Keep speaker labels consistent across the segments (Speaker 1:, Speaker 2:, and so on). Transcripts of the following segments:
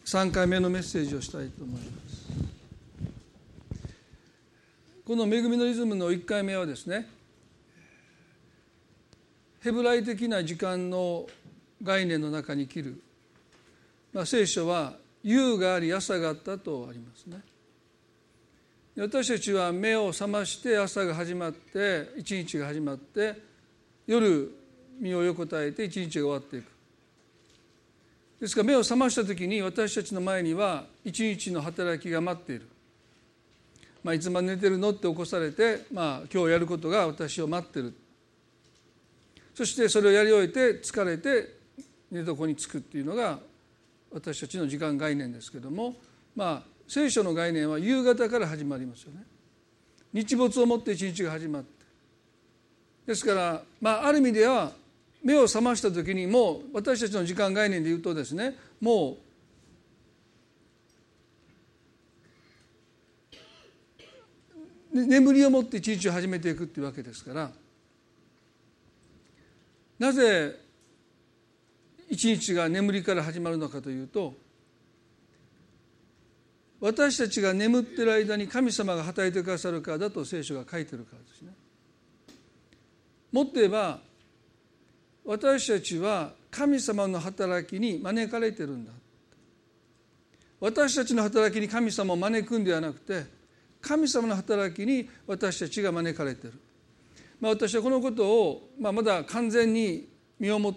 Speaker 1: 3回目のメッセージをしたいと思います。この恵みのリズムの1回目はですね、ヘブライ的な時間の概念の中に生きる、聖書は夕があり朝があったとありますね。私たちは目を覚まして朝が始まって一日が始まって夜身を横たえて一日が終わっていく。ですから目を覚ました時に私たちの前には一日の働きが待っている。いつまで寝てるのって起こされて、今日やることが私を待っている。そしてそれをやり終えて疲れて寝床につくっていうのが私たちの時間概念ですけども、聖書の概念は夕方から始まりますよね。日没をもって一日が始まって、ですから、ある意味では目を覚ました時にもう私たちの時間概念で言うとですね、もう眠りをもって一日を始めていくっていうわけですから、なぜ一日が眠りから始まるのかというと、私たちが眠っている間に神様が働いてくださるからだと聖書が書いているからですね。もっと言えば私たちは神様の働きに招かれているんだ。私たちの働きに神様を招くんではなくて、神様の働きに私たちが招かれている。私はこのことを、まだ完全に身をもって、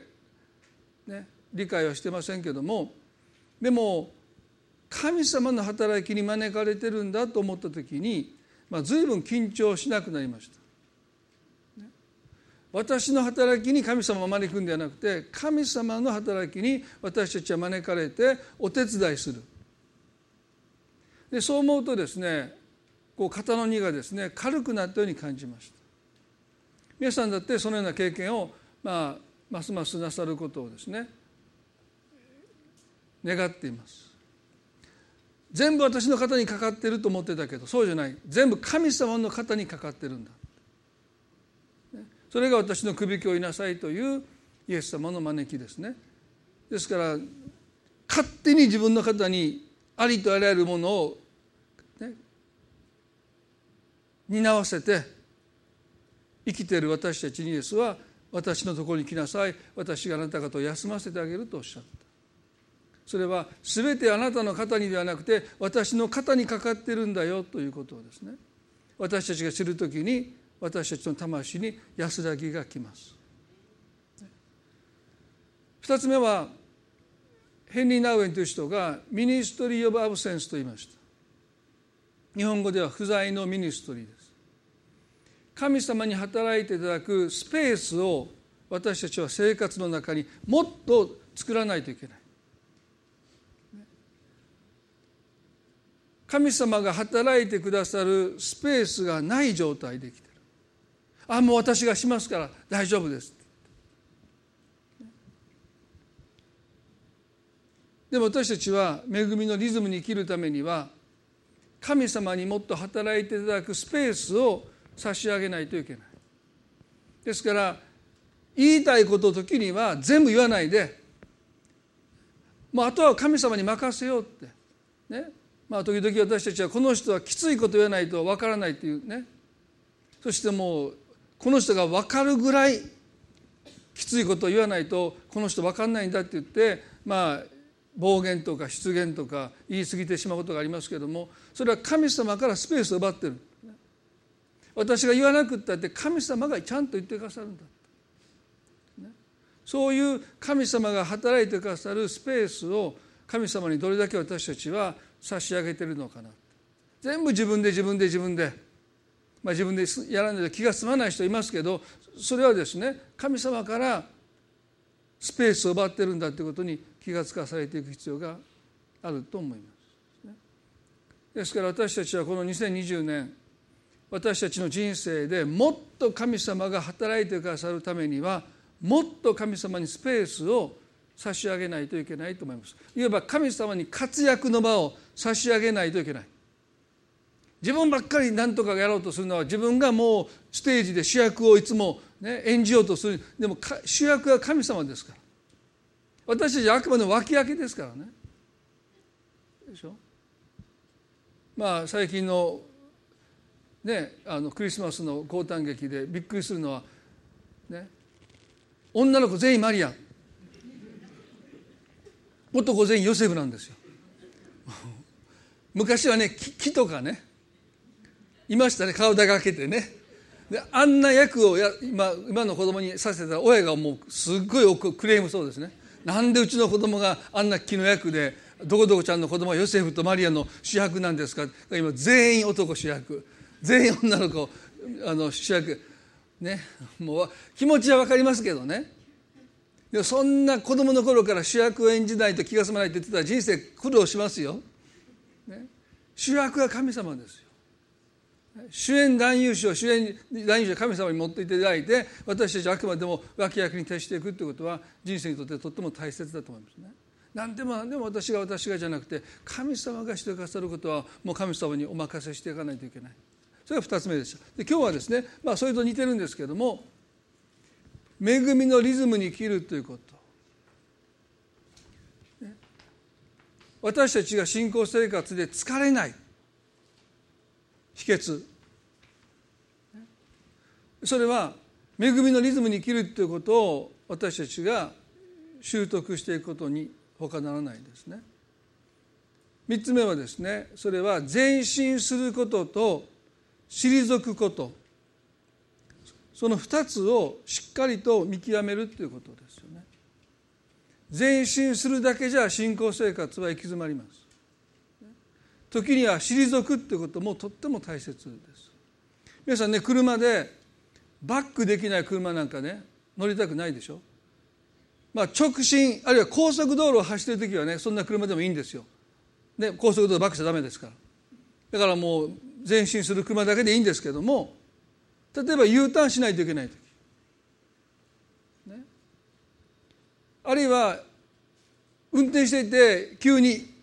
Speaker 1: 理解はしてませんけども、でも神様の働きに招かれてるんだと思った時に、随分緊張しなくなりました。私の働きに神様を招くんではなくて、神様の働きに私たちは招かれてお手伝いする。でそう思うとですね、肩の荷がですね軽くなったように感じました。皆さんだってそのような経験をますますなさることをですね願っています。全部私の肩にかかっていると思ってたけど、そうじゃない。全部神様の肩にかかってるんだ。それが私のくびきをいなさいというイエス様の招きですね。ですから勝手に自分の肩にありとあらゆるものを、担わせて生きている私たちにイエスは、私のところに来なさい、私があなた方を休ませてあげるとおっしゃった。それは全てあなたの肩にではなくて私の肩にかかっているんだよということをですね、私たちが知るときに私たちの魂に安らぎがきます。二つ目はヘンリー・ナウエンという人がミニストリー・オブ・アブセンスと言いました。日本語では不在のミニストリーです。神様に働いていただくスペースを私たちは生活の中にもっと作らないといけない。神様が働いてくださるスペースがない状態で生きている。もう私がしますから大丈夫です。でも私たちは恵みのリズムに生きるためには、神様にもっと働いていただくスペースを差し上げないといけない。ですから言いたいこと時には全部言わないで、もうあとは神様に任せようってね。時々私たちはこの人はきついこと言わないと分からないっていうね。そしてもうこの人が分かるぐらいきついことを言わないとこの人分かんないんだって言って、暴言とか失言とか言い過ぎてしまうことがありますけれども、それは神様からスペースを奪ってる。私が言わなくったって神様がちゃんと言ってくださるんだ。そういう神様が働いてくださるスペースを神様にどれだけ私たちは差し上げているのかな。全部自分で自分でやらないと気が済まない人いますけど、それはですね神様からスペースを奪っているんだということに気がつかされていく必要があると思います。ですから私たちはこの2020年、私たちの人生でもっと神様が働いてくださるためには、もっと神様にスペースを差し上げないといけないと思います。いわば神様に活躍の場を差し上げないといけない。自分ばっかり何とかやろうとするのは、自分がもうステージで主役をいつも、演じようとする。でも主役は神様ですから。私たちはあくまで脇役ですからね。 でしょ。最近のねクリスマスの講談劇でびっくりするのはね、女の子全員マリア、男全員ヨセフなんですよ。昔はね木とかねいましたね、体がけてね。であんな役を今の子供にさせたら親がもうすっごいクレームそうですね。なんでうちの子供があんな木の役で、どこどこちゃんの子供はヨセフとマリアの主役なんですか。今全員男主役、全員女の子主役ね。もう気持ちは分かりますけどね。でもそんな子供の頃から主役を演じないと気が済まないって言ってたら人生苦労しますよ、ね、主役は神様ですよ。主演男優賞は神様に持っていただいて、私たちはあくまでも脇役に徹していくということは人生にとってとっても大切だと思いますね。何でも私がじゃなくて、神様がしてくださることはもう神様にお任せしていかないといけない。それが2つ目でした。で今日はですね、それと似てるんですけども、恵みのリズムに生きるということ、ね、私たちが信仰生活で疲れない秘訣、それは恵みのリズムに生きるということを私たちが習得していくことに他ならないですね。3つ目はですね、それは前進することと退くこと、その2つをしっかりと見極めるということですよね。前進するだけじゃ信仰生活は行き詰まります。時には退くということもとっても大切です。皆さんね、車でバックできない車なんかね乗りたくないでしょ。直進あるいは高速道路を走っている時はね、そんな車でもいいんですよ。で高速道路バックしちゃダメですから。だからもう前進する車だけでいいんですけども、例えば U ターンしないといけない時、ね、あるいは運転していて急に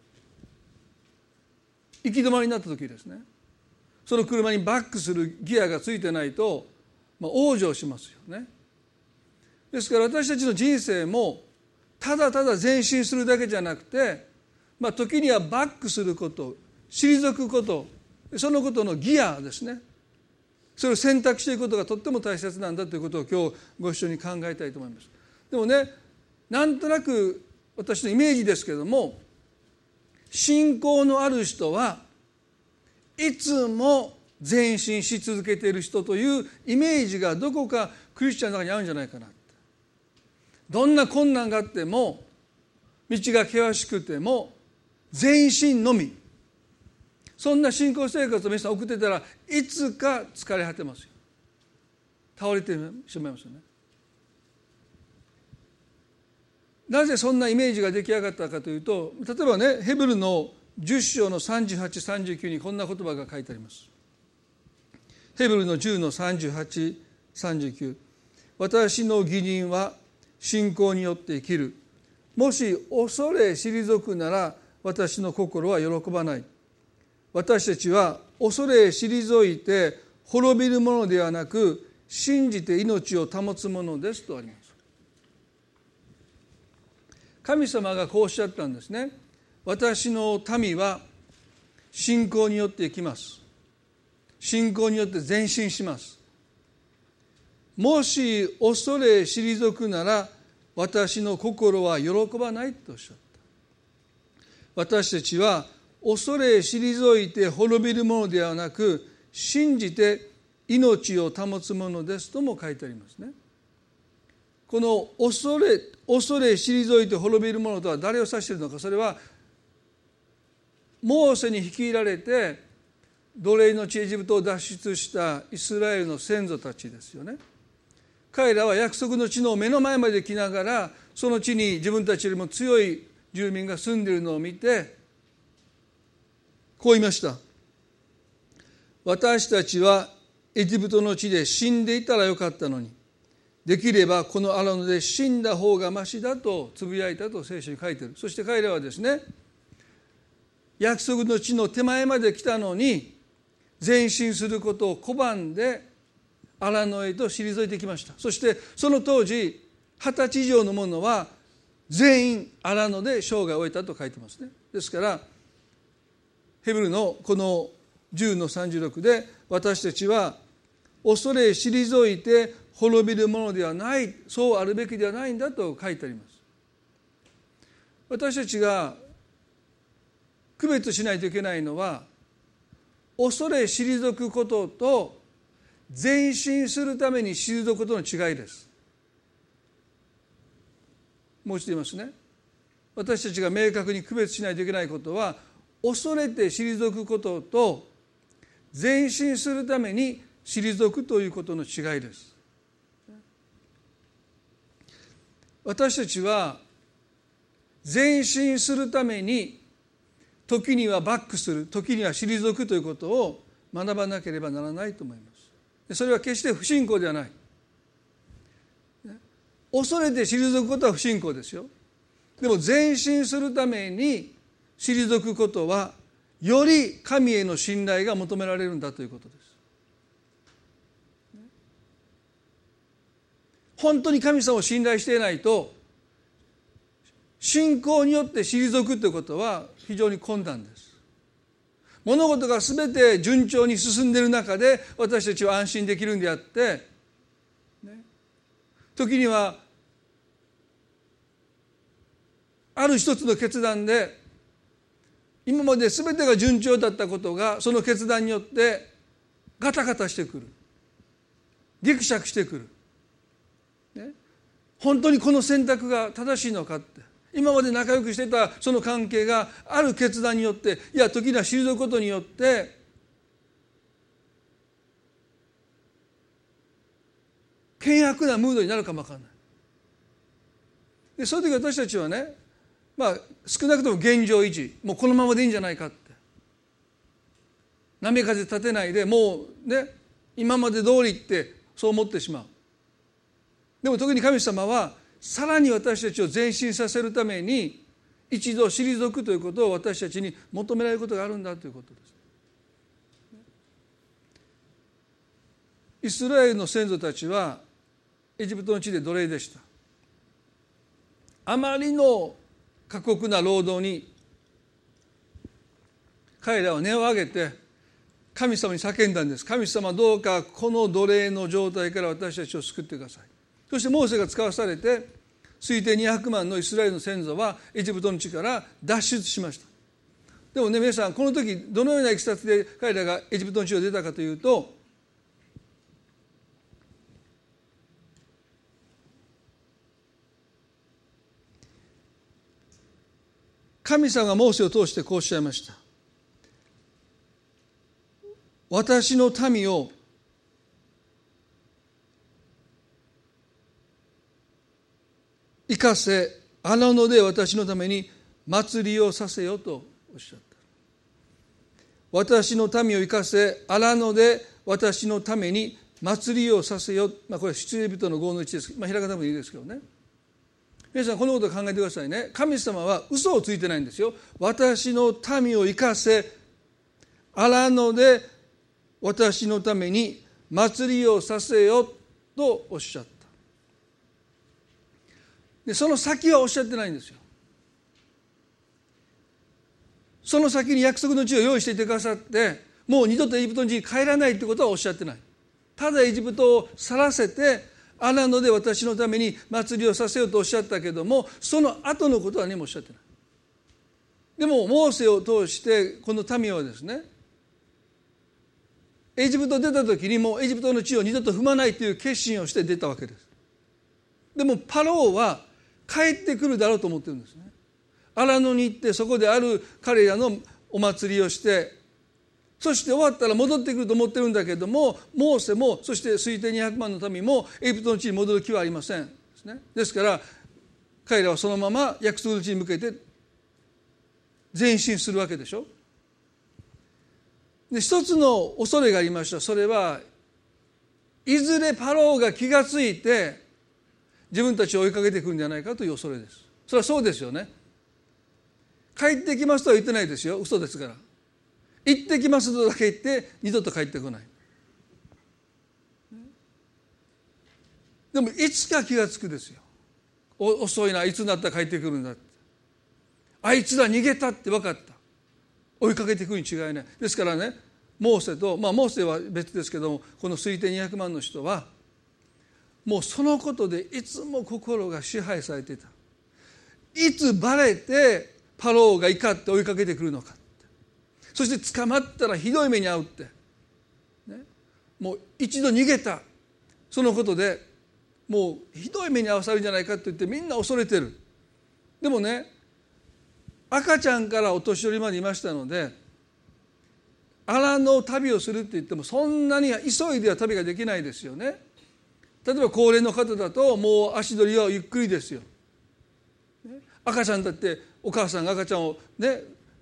Speaker 1: 行き止まりになった時ですね、その車にバックするギアがついてないと、往生しますよね。ですから私たちの人生もただただ前進するだけじゃなくて、時にはバックすること、退くこと、そのことのギアですね、それを選択していくことがとっても大切なんだということを今日ご一緒に考えたいと思います。でもね、なんとなく私のイメージですけれども、信仰のある人はいつも前進し続けている人というイメージがどこかクリスチャンの中にあるんじゃないかな。どんな困難があっても、道が険しくても前進のみ、そんな信仰生活を皆さん送ってたらいつか疲れ果てますよ。倒れてしまいますよね。なぜそんなイメージが出来上がったかというと、例えばね、ヘブルの10章の38、39にこんな言葉が書いてあります。ヘブルの10の38、39、私の義人は信仰によって生きる。もし恐れ退くなら私の心は喜ばない。私たちは恐れ退いて滅びるものではなく、信じて命を保つものですとあります。神様がこうおっしゃったんですね。私の民は信仰によって生きます。信仰によって前進します。もし恐れ退くなら私の心は喜ばないとおっしゃった。私たちは恐れ退いて滅びるものではなく、信じて命を保つものですとも書いてありますね。この恐れ退いて滅びるものとは誰を指しているのか。それはモーセに率いられて奴隷の地エジプトを脱出したイスラエルの先祖たちですよね。彼らは約束の地の目の前まで来ながら、その地に自分たちよりも強い住民が住んでいるのを見てこう言いました。私たちはエジプトの地で死んでいたらよかったのに、できればこの荒野で死んだ方がましだとつぶやいたと聖書に書いている。そして彼らはですね、約束の地の手前まで来たのに前進することを拒んで荒野へと退いてきました。そしてその当時20歳以上の者は全員荒野で生涯を終えたと書いてますね。ですからヘブルのこの10の36で、私たちは恐れ退いて滅びるものではない、そうあるべきではないんだと書いてあります。私たちが区別しないといけないのは、恐れ退くことと前進するために退くことの違いです。もう一度言いますね。私たちが明確に区別しないといけないことは、恐れて退くことと前進するために退くということの違いです。私たちは前進するために時にはバックする、時には退くということを学ばなければならないと思います。それは決して不信仰ではない。恐れて退くことは不信仰ですよ。でも前進するために退くことは、より神への信頼が求められるんだということです。本当に神様を信頼していないと、信仰によって退くということは非常に困難です。物事が全て順調に進んでいる中で私たちは安心できるんであって、時にはある一つの決断で、今まで全てが順調だったことがその決断によってガタガタしてくる、ギクシャクしてくる、本当にこの選択が正しいのかって、今まで仲良くしていたその関係がある決断によって、いや時には退くことによって険悪なムードになるかもわからない。でそういう時私たちはね、少なくとも現状維持、もうこのままでいいんじゃないかって、波風立てないでもうね、今まで通りってそう思ってしまう。でも特に神様はさらに私たちを前進させるために、一度退くということを私たちに求められることがあるんだということです。イスラエルの先祖たちはエジプトの地で奴隷でした。あまりの過酷な労働に彼らは音を上げて神様に叫んだんです。神様、どうかこの奴隷の状態から私たちを救ってください。そしてモーセが使わされて、推定200万のイスラエルの先祖はエジプトの地から脱出しました。でもね、皆さん、この時どのような経緯で彼らがエジプトの地を出たかというと、神様がモーセを通してこうおっしゃいました。私の民を生かせ、荒野で私のために祭りをさせよとおっしゃった。私の民を生かせ、荒野で私のために祭りをさせよ。これ出エジプトの5の1です。ひらがなでもいいですけどね。皆さんこのことを考えてくださいね。神様は嘘をついてないんですよ。私の民を生かせ、荒野で私のために祭りをさせよとおっしゃった。でその先はおっしゃってないんですよ。その先に約束の地を用意していてくださって、もう二度とエジプトの地に帰らないということはおっしゃってない。ただエジプトを去らせて、荒野で私のために祭りをさせようとおっしゃったけども、その後のことは何もおっしゃってない。でもモーセを通してこの民はですね、エジプトを出た時にもうエジプトの地を二度と踏まないという決心をして出たわけです。でもパローは帰ってくるだろうと思ってるんですね。荒野に行ってそこである彼らのお祭りをして、そして終わったら戻ってくると思ってるんだけども、モーセもそして推定200万の民もエジプトの地に戻る気はありませんですね。ですから彼らはそのまま約束の地に向けて前進するわけでしょ。で一つの恐れがありました。それはいずれパローが気がついて自分たちを追いかけてくるんじゃないかという恐れです。それはそうですよね。帰ってきますとは言ってないですよ。嘘ですから。行ってきますとだけ言って二度と帰ってこない。でもいつか気がつくですよ。遅いな、いつになったら帰ってくるんだって。あいつら逃げたって分かった。 追いかけていくに違いない。ですからね、モーセと、モーセは別ですけども、この推定200万の人はもうそのことでいつも心が支配されていた。いつバレてパローが怒って追いかけてくるのか、そして捕まったらひどい目に遭うって、ね、もう一度逃げたそのことでもうひどい目に遭わされるんじゃないかと言ってみんな恐れてる。でもね、赤ちゃんからお年寄りまでいましたので、荒野旅をするって言ってもそんなに急いでは旅ができないですよね。例えば高齢の方だともう足取りはゆっくりですよ。赤ちゃんだってお母さんが赤ちゃんをね、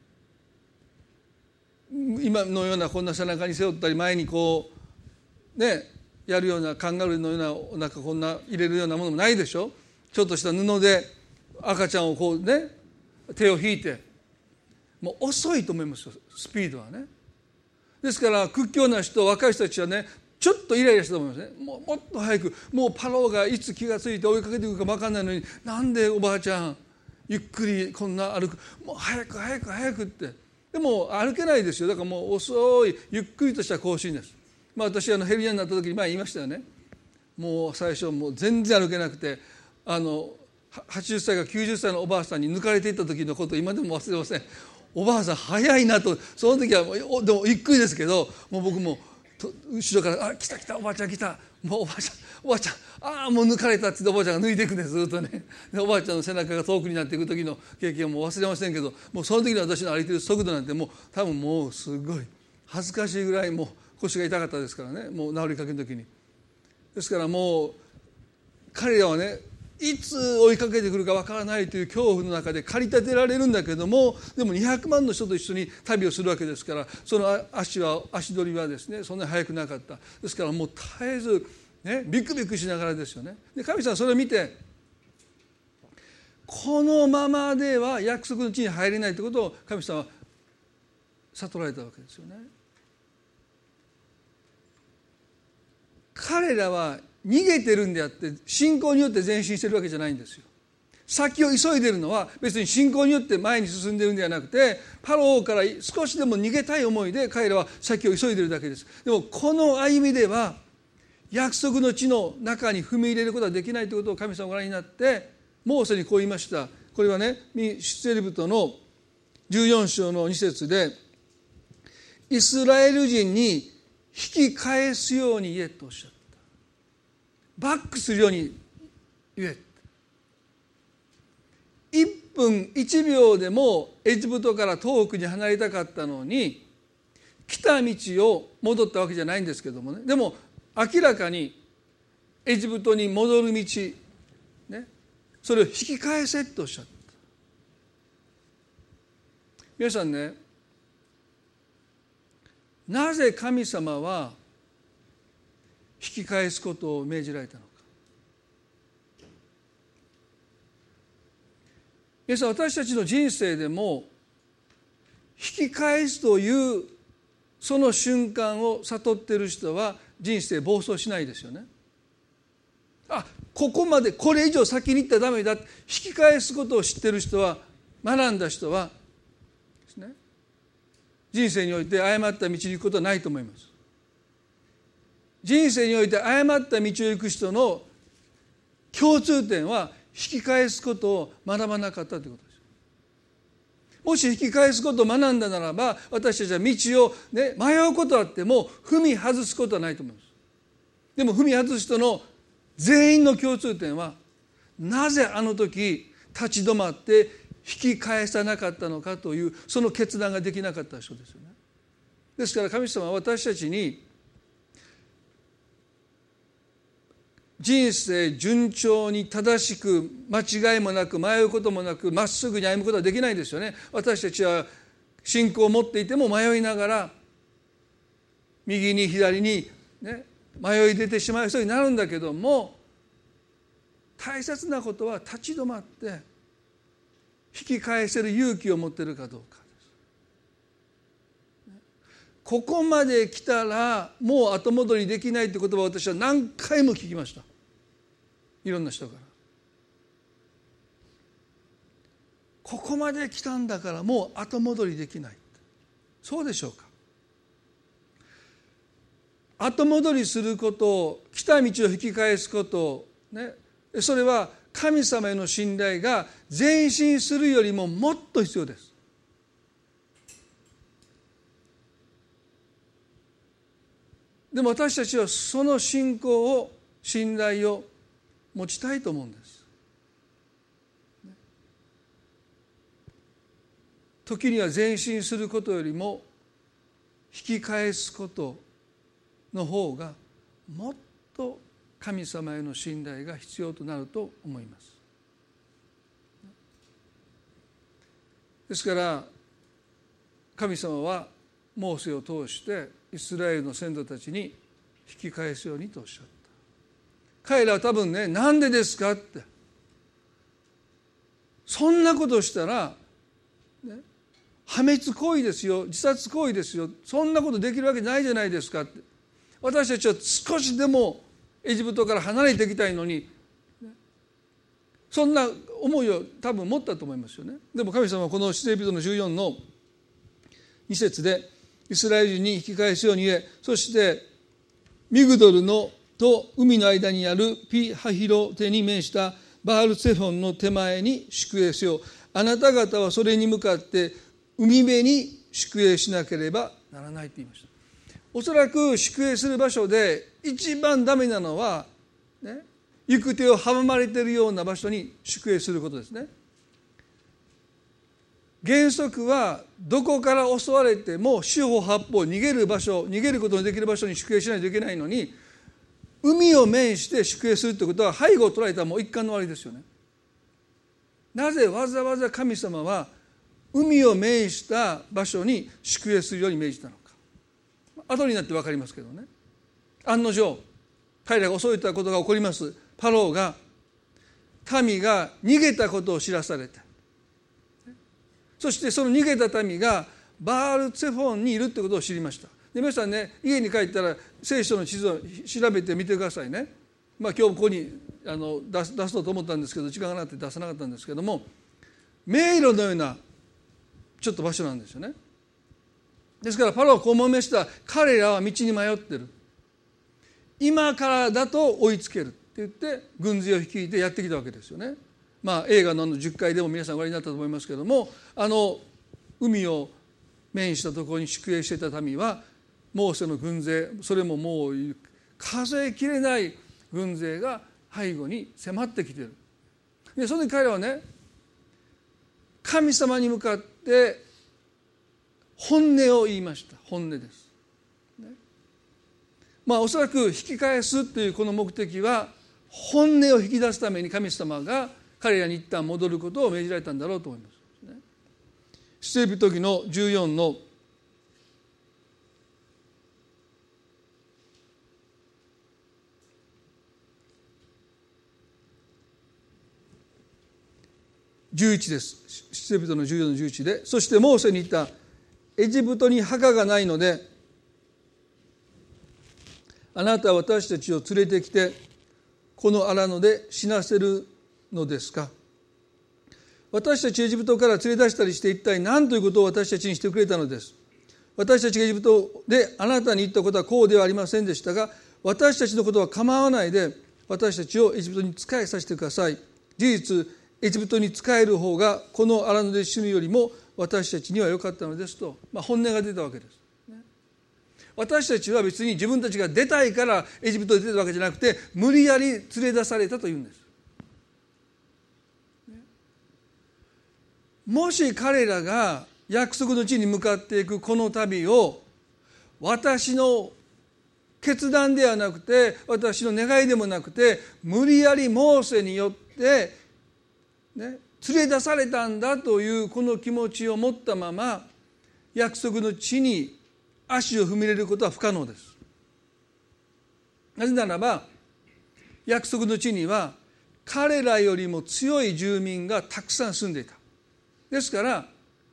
Speaker 1: 今のようなこんな背中に背負ったり前にこうねやるようなカンガルーのようなお腹こんな入れるようなものもないでしょ。ちょっとした布で赤ちゃんをこうね手を引いて、もう遅いと思いますよ、スピードはね。ですから屈強な人、若い人たちはねちょっとイライラしたと思いますね。もっと早く、もうパローがいつ気がついて追いかけてくるか分かんないのに、なんでおばあちゃんゆっくりこんな歩く、もう早く早く早くって。でも歩けないですよ。だからもう遅いゆっくりとした行進です。私ヘルニアになった時に前言いましたよね。もう最初もう全然歩けなくて、80歳か90歳のおばあさんに抜かれていった時のことを今でも忘れません。おばあさん早いなと、その時はでもゆっくりですけど、もう僕も後ろから来た来たおばあちゃん来た、もうおばあちゃんもう抜かれたって言っておばあちゃんが抜いていくんです、ずっとね。でおばあちゃんの背中が遠くになっていく時の経験をもう忘れませんけど、もうその時の私の歩いてる速度なんてもう多分もうすごい恥ずかしいぐらいもう腰が痛かったですからね、もう治りかけの時に。ですからもう彼らはね、いつ追いかけてくるかわからないという恐怖の中で駆り立てられるんだけども、でも200万の人と一緒に旅をするわけですから、その足取りはですねそんなに速くなかった。ですからもう絶えず、ね、ビクビクしながらですよね。で神様はそれを見て、このままでは約束の地に入れないということを神様は悟られたわけですよね。彼らは逃げてるんであって信仰によって前進してるわけじゃないんですよ。先を急いでるのは別に信仰によって前に進んでるんではなくて、パローから少しでも逃げたい思いで彼らは先を急いでるだけです。でもこの歩みでは約束の地の中に踏み入れることはできないということを神様がご覧になってモーセにこう言いました。これはね、出エジプトの14章の2節で、イスラエル人に引き返すように言えとおっしゃった。バックするように言え。1分1秒でもエジプトから遠くに離れたかったのに来た道を戻ったわけじゃないんですけどもね、でも明らかにエジプトに戻る道、ね、それを引き返せとおっしゃった。皆さんね、なぜ神様は引き返すことを命じられたのか。皆さん、私たちの人生でも引き返すというその瞬間を悟っている人は人生暴走しないですよね。ここまでこれ以上先に行ったらダメだ、引き返すことを知っている人は、学んだ人はですね、人生において誤った道に行くことはないと思います。人生において誤った道を行く人の共通点は引き返すことを学ばなかったということです。もし引き返すことを学んだならば、私たちは道を、ね、迷うことはあっても踏み外すことはないと思います。でも踏み外す人の全員の共通点は、なぜあの時立ち止まって引き返さなかったのかというその決断ができなかった人ですよね。ですから神様は私たちに人生順調に正しく間違いもなく迷うこともなくまっすぐに歩むことはできないですよね。私たちは信仰を持っていても迷いながら右に左に、ね、迷い出てしまいそうになるんだけども、大切なことは立ち止まって引き返せる勇気を持っているかどうかです。ここまで来たらもう後戻りできないという言葉を私は何回も聞きました。いろんな人から。ここまで来たんだからもう後戻りできない。 そうでしょうか。後戻りすること、来た道を引き返すこと、ね、それは神様への信頼が前進するよりももっと必要です。でも私たちはその信仰を、信頼を持ちたいと思うんです。時には前進することよりも引き返すことの方がもっと神様への信頼が必要となると思います。ですから神様はモーセを通してイスラエルの先祖たちに引き返すようにとおっしゃった。彼らは多分ね、なんでですかって、そんなことしたら、ね、破滅行為ですよ、自殺行為ですよ、そんなことできるわけないじゃないですかって、私たちは少しでもエジプトから離れていきたいのに、そんな思いを多分持ったと思いますよね。でも神様はこの出エジプトの14の2節でイスラエル人に引き返すように言え、そしてミグドルのと海の間にあるピハヒロテに面したバールツェフォンの手前に宿営せよ。あなた方はそれに向かって海辺に宿営しなければならないと言いました。おそらく宿営する場所で一番ダメなのは、ね、行く手を阻まれているような場所に宿営することですね。原則はどこから襲われても四方八方逃げる場所、逃げることのできる場所に宿営しないといけないのに、海を面して宿営するということは背後を取られたらもう一貫の終わりですよね。なぜわざわざ神様は海を面した場所に宿営するように命じたのか、後になって分かりますけどね。案の定彼らが襲われたことが起こります。パローが民が逃げたことを知らされて、そしてその逃げた民がバールツェフォンにいるということを知りました。で皆さんね、家に帰ったら聖書の地図を調べてみてくださいね。今日ここに出そうと思ったんですけど時間がなくて出さなかったんですけども、迷路のようなちょっと場所なんですよね。ですからパロはこうもめした。彼らは道に迷ってる。今からだと追いつけるって言って軍勢を率いてやってきたわけですよね。映画の10回でも皆さんご覧になったと思いますけれども、海を面したところに宿営していた民はモーセの軍勢、それももう数えきれない軍勢が背後に迫ってきている。でその時彼らはね、神様に向かって本音を言いました。本音です、ね。おそらく引き返すというこの目的は本音を引き出すために神様が彼らに一旦戻ることを命じられたんだろうと思います、ね。出エジプト記の14の11です。出エジプトの14の11で、そしてモーセに言った。エジプトに墓がないのであなたは私たちを連れてきてこの荒野で死なせるのですか。私たちエジプトから連れ出したりして一体何ということを私たちにしてくれたのです。私たちがエジプトであなたに言ったことはこうではありませんでしたが、私たちのことは構わないで私たちをエジプトに仕えさせてください。事実エジプトに仕える方がこの荒野で死ぬよりも私たちには良かったのですと、本音が出たわけです。私たちは別に自分たちが出たいからエジプトに出たわけじゃなくて、無理やり連れ出されたというんです。もし彼らが約束の地に向かっていくこの旅を私の決断ではなくて私の願いでもなくて無理やりモーセによって連れ出されたんだというこの気持ちを持ったまま約束の地に足を踏み入れることは不可能です。なぜならば約束の地には彼らよりも強い住民がたくさん住んでいた。ですから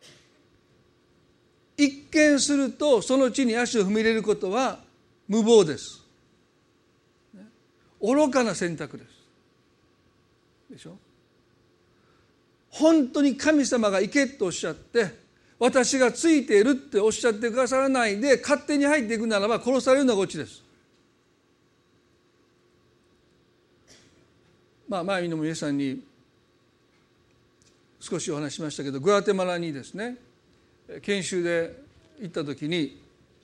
Speaker 1: 一見するとその地に足を踏み入れることは無謀です。愚かな選択です。でしょ。本当に神様が行けとおっしゃって私がついているっておっしゃってくださらないで勝手に入っていくならば殺されるのがオチです。前にも皆さんに少しお話しましたけど、グアテマラにですね研修で行った時に、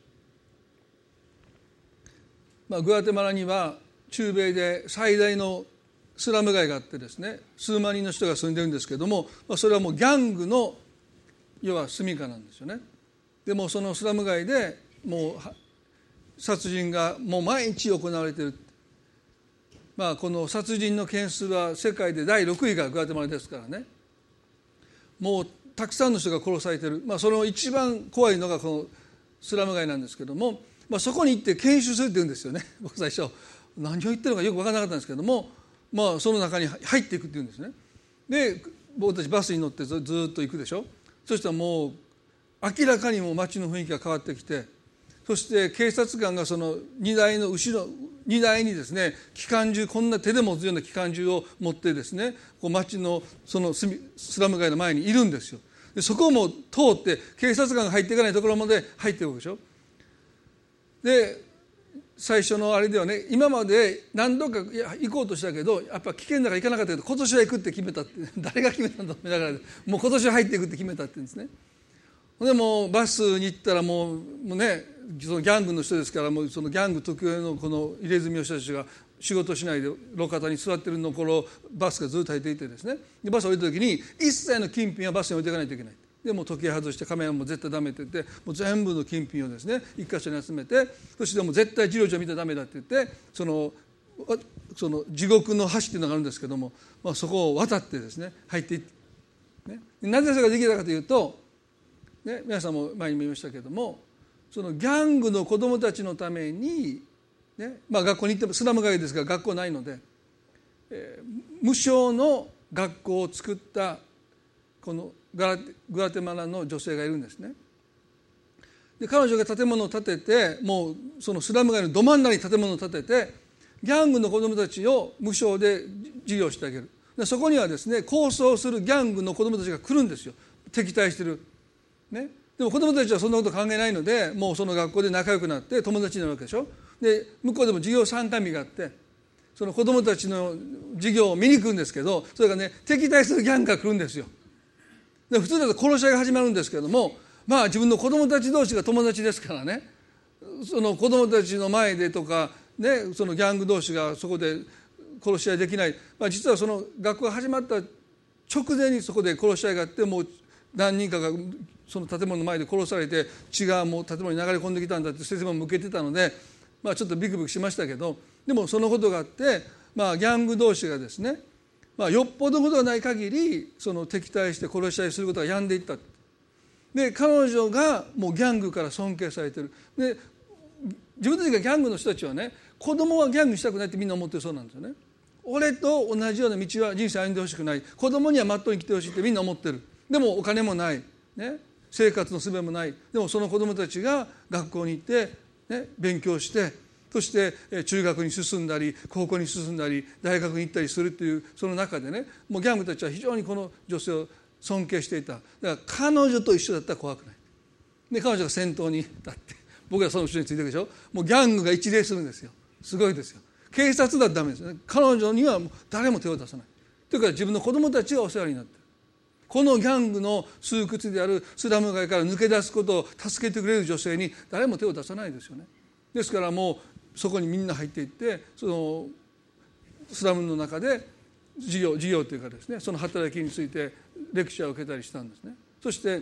Speaker 1: グアテマラには中米で最大のスラム街があってですね、数万人の人が住んでるんですけども、それはもうギャングの要は住処なんですよね。でもそのスラム街でもう殺人がもう毎日行われている。この殺人の件数は世界で第6位がグアテマラですからね、もうたくさんの人が殺されている。その一番怖いのがこのスラム街なんですけども、そこに行って研修するって言うんですよね。僕最初何を言ってるのかよく分からなかったんですけども、その中に入っていくって言うんですね。で僕たちバスに乗ってずっと行くでしょ。そしたらもう明らかにもう街の雰囲気が変わってきて、そして警察官がその荷台の後ろ荷台にですね機関銃、こんな手で持つような機関銃を持ってですね、こう街のそのスラム街の前にいるんですよ。でそこをもう通って警察官が入っていかないところまで入っていくでしょ。で最初のあれではね、今まで何度か行こうとしたけどやっぱ危険だから行かなかったけど、今年は行くって決めたって。誰が決めたんだと思いながら、もう今年は入っていくって決めたって言うんですね。でもうバスに行ったらもうね、そのギャングの人ですから、もうそのギャング特有のこの入れ墨をした人たちが仕事しないで路肩に座ってるのころバスがずっと入っていてですね、でバス降りた時に一切の金品はバスに置いていかないといけない。でもう時計外してカメラも絶対ダメって言って、もう全部の金品をですね一箇所に集めて、そしてもう絶対自動車見たらダメだって言って、その地獄の橋っていうのがあるんですけども、そこを渡ってですね入っていって、ね、なぜそれができたかというと、ね、皆さんも前にも言いましたけども、そのギャングの子どもたちのために、ね、学校に行ってもスラム街ですから学校ないので、無償の学校を作ったこのグアテマラの女性がいるんですね。で彼女が建物を建てて、もうそのスラム街のど真ん中に建物を建てて、ギャングの子どもたちを無償で授業してあげる。でそこにはですね抗争するギャングの子どもたちが来るんですよ。敵対してる、ね、でも子どもたちはそんなこと考えないので、もうその学校で仲良くなって友達になるわけでしょ。で向こうでも授業参観日があって、その子どもたちの授業を見に行くんですけど、それがね敵対するギャングが来るんですよ。で普通だと殺し合いが始まるんですけども、自分の子どもたち同士が友達ですからね、その子どもたちの前でとか、ね、そのギャング同士がそこで殺し合いできない。実はその学校が始まった直前にそこで殺し合いがあって、もう何人かがその建物の前で殺されて血がもう建物に流れ込んできたんだって説明も受けてたので、ちょっとビクビクしましたけど、でもそのことがあって、ギャング同士がですね、よっぽどのことがない限りその敵対して殺し合いすることがやんでいった。で彼女がもうギャングから尊敬されている。で自分たちがギャングの人たちはね、子供はギャングしたくないってみんな思ってるそうなんですよね。俺と同じような道は人生歩んでほしくない、子供にはまっとうに生きてほしいってみんな思ってる。でもお金もない、ね、生活の術もない。でもその子供たちが学校に行って、ね、勉強して、そして中学に進んだり高校に進んだり大学に行ったりするっていう、その中でね、もうギャングたちは非常にこの女性を尊敬していた。だから彼女と一緒だったら怖くない。で彼女が先頭に立って、僕はその後ろについてるでしょ。もうギャングが一礼するんですよ。すごいですよ。警察だってダメですよね。彼女にはもう誰も手を出さない。というか自分の子供たちがお世話になっている。このギャングの巣窟であるスラム街から抜け出すことを助けてくれる女性に誰も手を出さないですよね。ですからもうそこにみんな入っていって、そのスラムの中で授業というかですね、その働きについてレクチャーを受けたりしたんですね。そして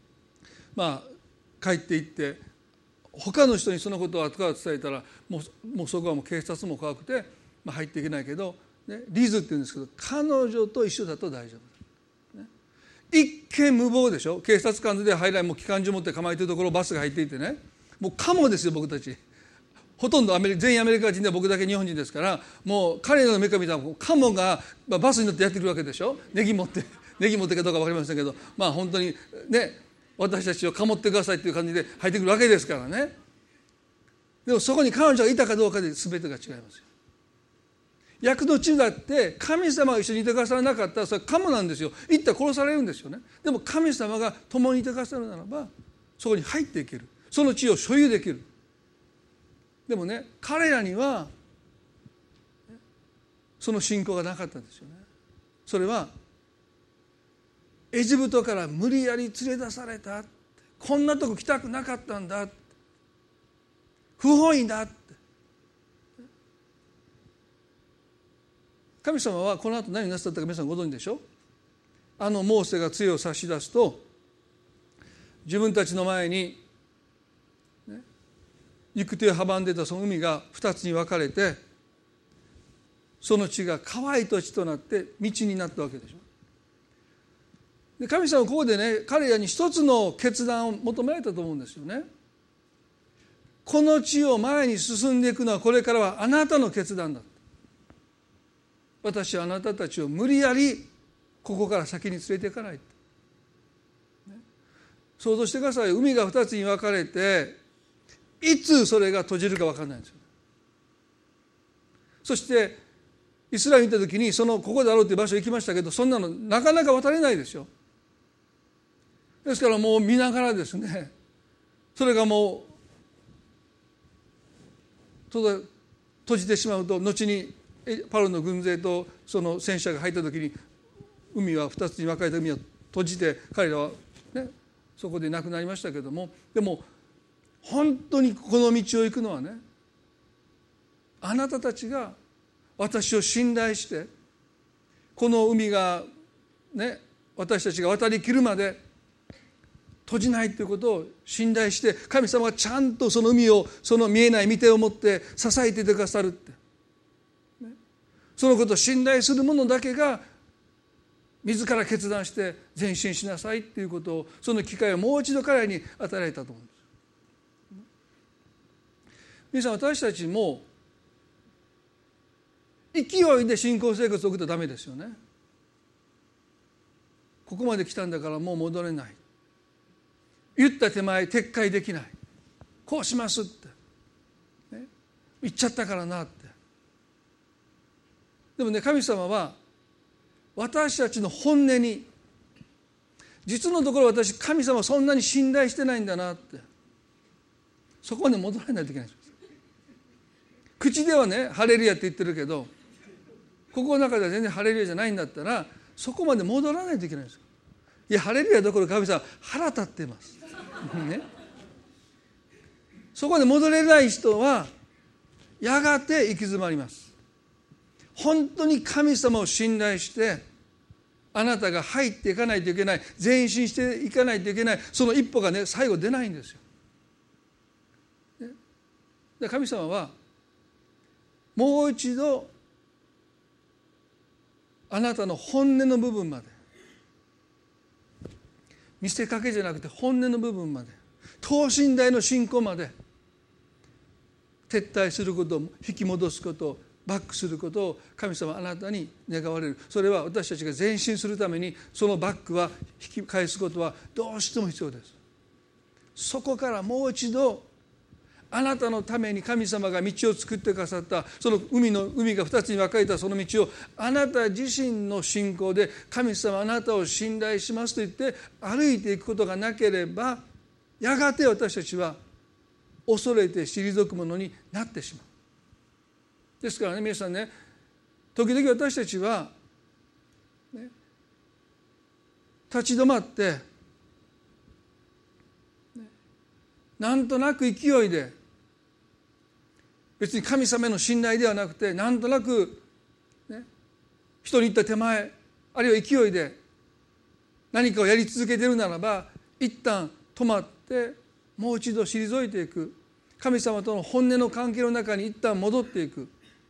Speaker 1: 帰っていって、他の人にそのことを後から伝えたら、もうそこはもう警察も怖くて、入っていけないけど、ね、リズって言うんですけど、彼女と一緒だと大丈夫、ね、一見無謀でしょ。警察官で入らない、もう機関銃持って構えてるところバスが入っていてね、もうカモですよ。僕たちほとんど全員アメリカ人で僕だけ日本人ですから、もう彼らの目から見たらカモがバスに乗ってやってくるわけでしょ。ネギ持ってかどうか分かりませんけど、本当にね、私たちをかもってくださいっていう感じで入ってくるわけですからね。でもそこに彼女がいたかどうかで全てが違いますよ。 役の地だって神様が一緒にいてくださらなかったらそれはカモなんですよ。行ったら殺されるんですよね。でも神様が共にいてくださるならばそこに入っていける、その地を所有できる。でもね、彼らにはその信仰がなかったんですよね。それはエジプトから無理やり連れ出された、こんなとこ来たくなかったんだ、不本意だって。神様はこの後何をなさったか皆さんご存知でしょ。モーセが杖を差し出すと自分たちの前に、行く手を阻んでいたその海が2つに分かれて、その地が乾いた地となって道になったわけでしょ。で神様はここでね、彼らに一つの決断を求められたと思うんですよね。この地を前に進んでいくのはこれからはあなたの決断だ。私はあなたたちを無理やりここから先に連れていかない、想像してください。海が2つに分かれていつそれが閉じるか分からないんですよ。そしてイスラエルに行った時にここだろうという場所行きましたけど、そんなのなかなか渡れないですよ。ですからもう見ながらですね、それがもう閉じてしまうと、後にパロの軍勢とその戦車が入った時に海は2つに分かれた海は閉じて彼らは、ね、そこで亡くなりましたけども、でも本当にこの道を行くのはね、あなたたちが私を信頼してこの海がね、私たちが渡りきるまで閉じないということを信頼して、神様がちゃんとその海をその見えない御手を持って支えていてくださるって、そのことを信頼する者だけが自ら決断して前進しなさいっていうことを、その機会をもう一度彼らに与えられたと思うんです。皆さん、私たちも勢いで信仰生活を送ったらダメですよね。ここまで来たんだからもう戻れない、言った手前撤回できない、こうしますって、ね、言っちゃったからなって。でもね、神様は私たちの本音に、実のところ私神様そんなに信頼してないんだなって、そこまで戻らないといけないんです。口ではねハレルヤって言ってるけど、心の中では全然ハレルヤじゃないんだったら、そこまで戻らないといけないんですよ。いや、ハレルヤどころか神様腹立ってますね。そこで戻れない人はやがて行き詰まります。本当に神様を信頼してあなたが入っていかないといけない、前進していかないといけない、その一歩がね最後出ないんですよ。で神様はもう一度あなたの本音の部分まで、見せかけじゃなくて本音の部分まで、等身大の信仰まで撤退することを、引き戻すことを、バックすることを神様はあなたに願われる。それは私たちが前進するためにそのバックは引き返すことはどうしても必要です。そこからもう一度あなたのために神様が道を作ってくださった、その海が2つに分かれたその道をあなた自身の信仰で、神様あなたを信頼しますと言って歩いていくことがなければ、やがて私たちは恐れて退くものになってしまう。ですからね、皆さんね、時々私たちは、ね、立ち止まって、ね、なんとなく勢いで、別に神様への信頼ではなくて、なんとなく、ね、人に言った手前、あるいは勢いで何かをやり続けているならば、一旦止まってもう一度退いていく、神様との本音の関係の中に一旦戻っていく。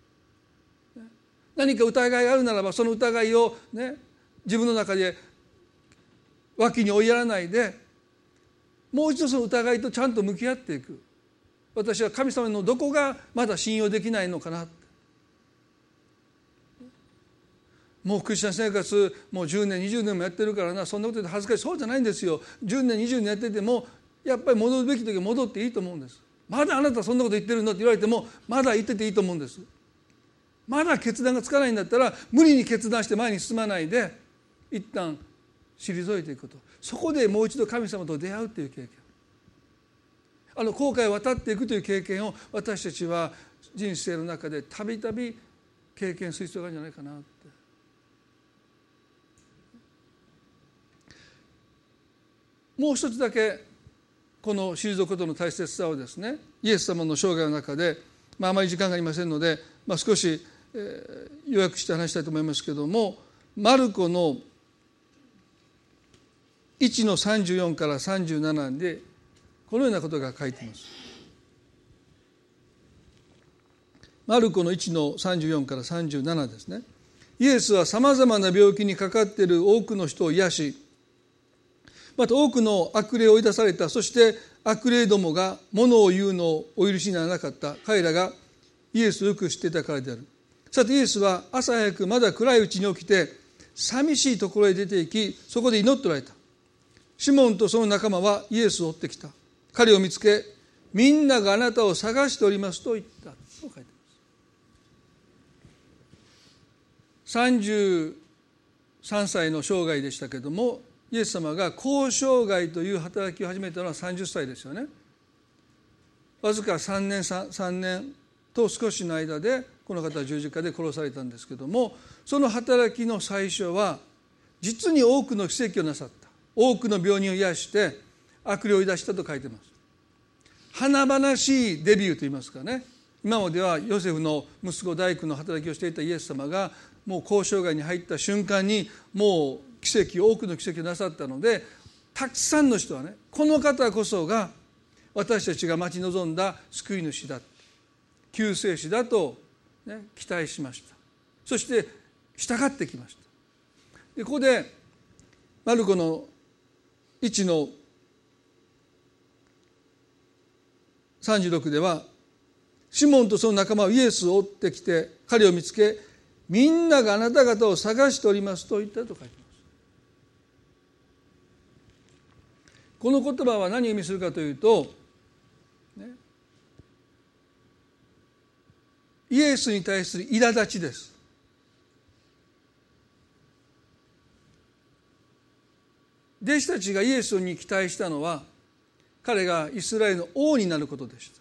Speaker 1: 何か疑いがあるならばその疑いを、ね、自分の中で脇に追いやらないで、もう一度その疑いとちゃんと向き合っていく。私は神様のどこがまだ信用できないのかなって。もうクリスチャン生活もう10年20年もやってるからな、そんなことで恥ずかしい。そうじゃないんですよ。10年20年やっててもやっぱり戻るべき時は戻っていいと思うんです。まだあなたそんなこと言ってるのって言われてもまだ言ってていいと思うんです。 まだ決断がつかないんだったら無理に決断して前に進まないで一旦退いていくこと、そこでもう一度神様と出会うという経験、後悔を渡っていくという経験を私たちは人生の中でたびたび経験する必要があるんじゃないかなって。もう一つだけこの退くことの大切さをですね、イエス様の生涯の中で、あまり時間がありませんので、少し、要約して話したいと思いますけれども、マルコの1の34から37でこのようなことが書いています。マルコの1の34から37ですね。イエスはさまざまな病気にかかっている多くの人を癒し、また多くの悪霊を追い出された。そして悪霊どもが物を言うのをお許しにならなかった。彼らがイエスをよく知っていたからである。さてイエスは朝早くまだ暗いうちに起きて寂しいところへ出て行き、そこで祈っておられた。シモンとその仲間はイエスを追ってきた。彼を見つけ、みんながあなたを探しておりますと言ったと書いてあります。33歳の生涯でしたけれども、イエス様が交渉外という働きを始めたのは30歳ですよね。わずか3年と少しの間でこの方は十字架で殺されたんですけれども、その働きの最初は実に多くの奇跡をなさった。多くの病人を癒して悪霊を追い出したと書いています。華々しいデビューといいますかね、今まではヨセフの息子大工の働きをしていたイエス様がもう交渉外に入った瞬間にもう多くの奇跡をなさったので、たくさんの人はね、この方こそが私たちが待ち望んだ救い主だ、救世主だと、期待しました。そして従ってきました。でここでマルコの1の36では、シモンとその仲間はイエスを追ってきて彼を見つけ、みんながあなた方を探しておりますと言ったと書いています。この言葉は何を意味するかというと、イエスに対する苛立ちです。弟子たちがイエスに期待したのは、彼がイスラエルの王になることでした。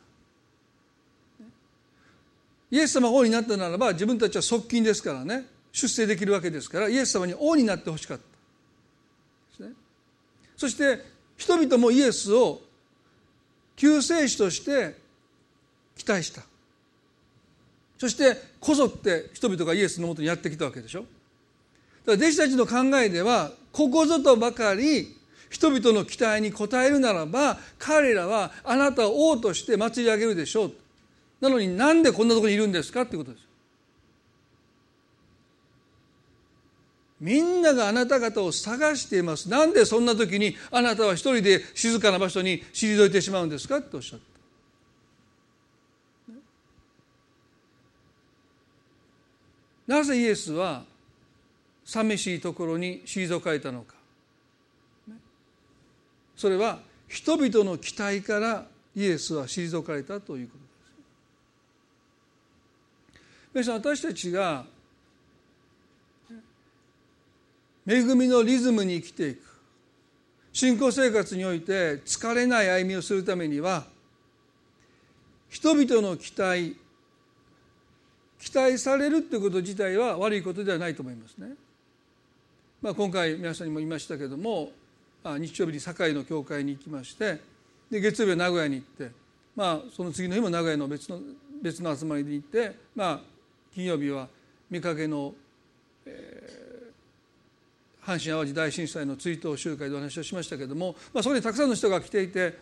Speaker 1: イエス様が王になったならば、自分たちは側近ですからね、出世できるわけですから、イエス様に王になってほしかったですね。そして人々もイエスを救世主として期待した。そしてこぞって人々がイエスのもとにやってきたわけでしょ。だから弟子たちの考えでは、ここぞとばかり人々の期待に応えるならば、彼らはあなたを王として祭り上げるでしょう。なのになんでこんなところにいるんですかっていうことです。みんながあなた方を探しています。なんでそんな時にあなたは一人で静かな場所に退いてしまうんですかっておっしゃった。なぜイエスは寂しいところに退かれたのか。それは人々の期待からイエスは退かれたということです。皆さん、私たちが恵みのリズムに生きていく、信仰生活において疲れない歩みをするためには、人々の期待されるということ自体は悪いことではないと思いますね。今回皆さんにも言いましたけれども、日曜日に堺の教会に行きまして、で月曜日は名古屋に行って、その次の日も名古屋の別の集まりに行って、金曜日は御影の、阪神・淡路大震災の追悼集会でお話をしましたけれども、そこにたくさんの人が来ていて、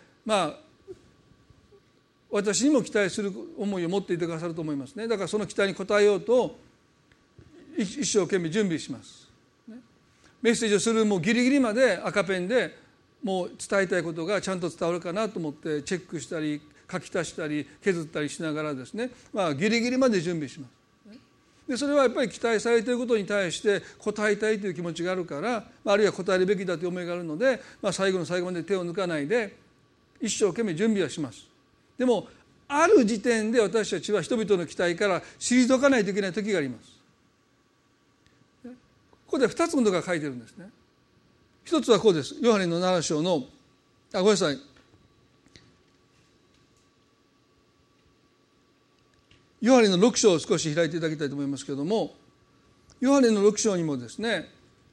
Speaker 1: 私にも期待する思いを持っていてくださると思いますね。だからその期待に応えようと一生懸命準備します。メッセージをするもうギリギリまで赤ペンでもう伝えたいことがちゃんと伝わるかなと思ってチェックしたり書き足したり削ったりしながらですね、ギリギリまで準備します。でそれはやっぱり期待されていることに対して応えたいという気持ちがあるから、あるいは応えるべきだという思いがあるので、最後の最後まで手を抜かないで一生懸命準備はします。でもある時点で私たちは人々の期待から退かないといけない時があります。ここで2つのことが書いてるんですね。一つはこうです。ヨハネの7章のごめんなさい、ヨハネの6章を少し開いていただきたいと思いますけれども、ヨハネの6章にもですね、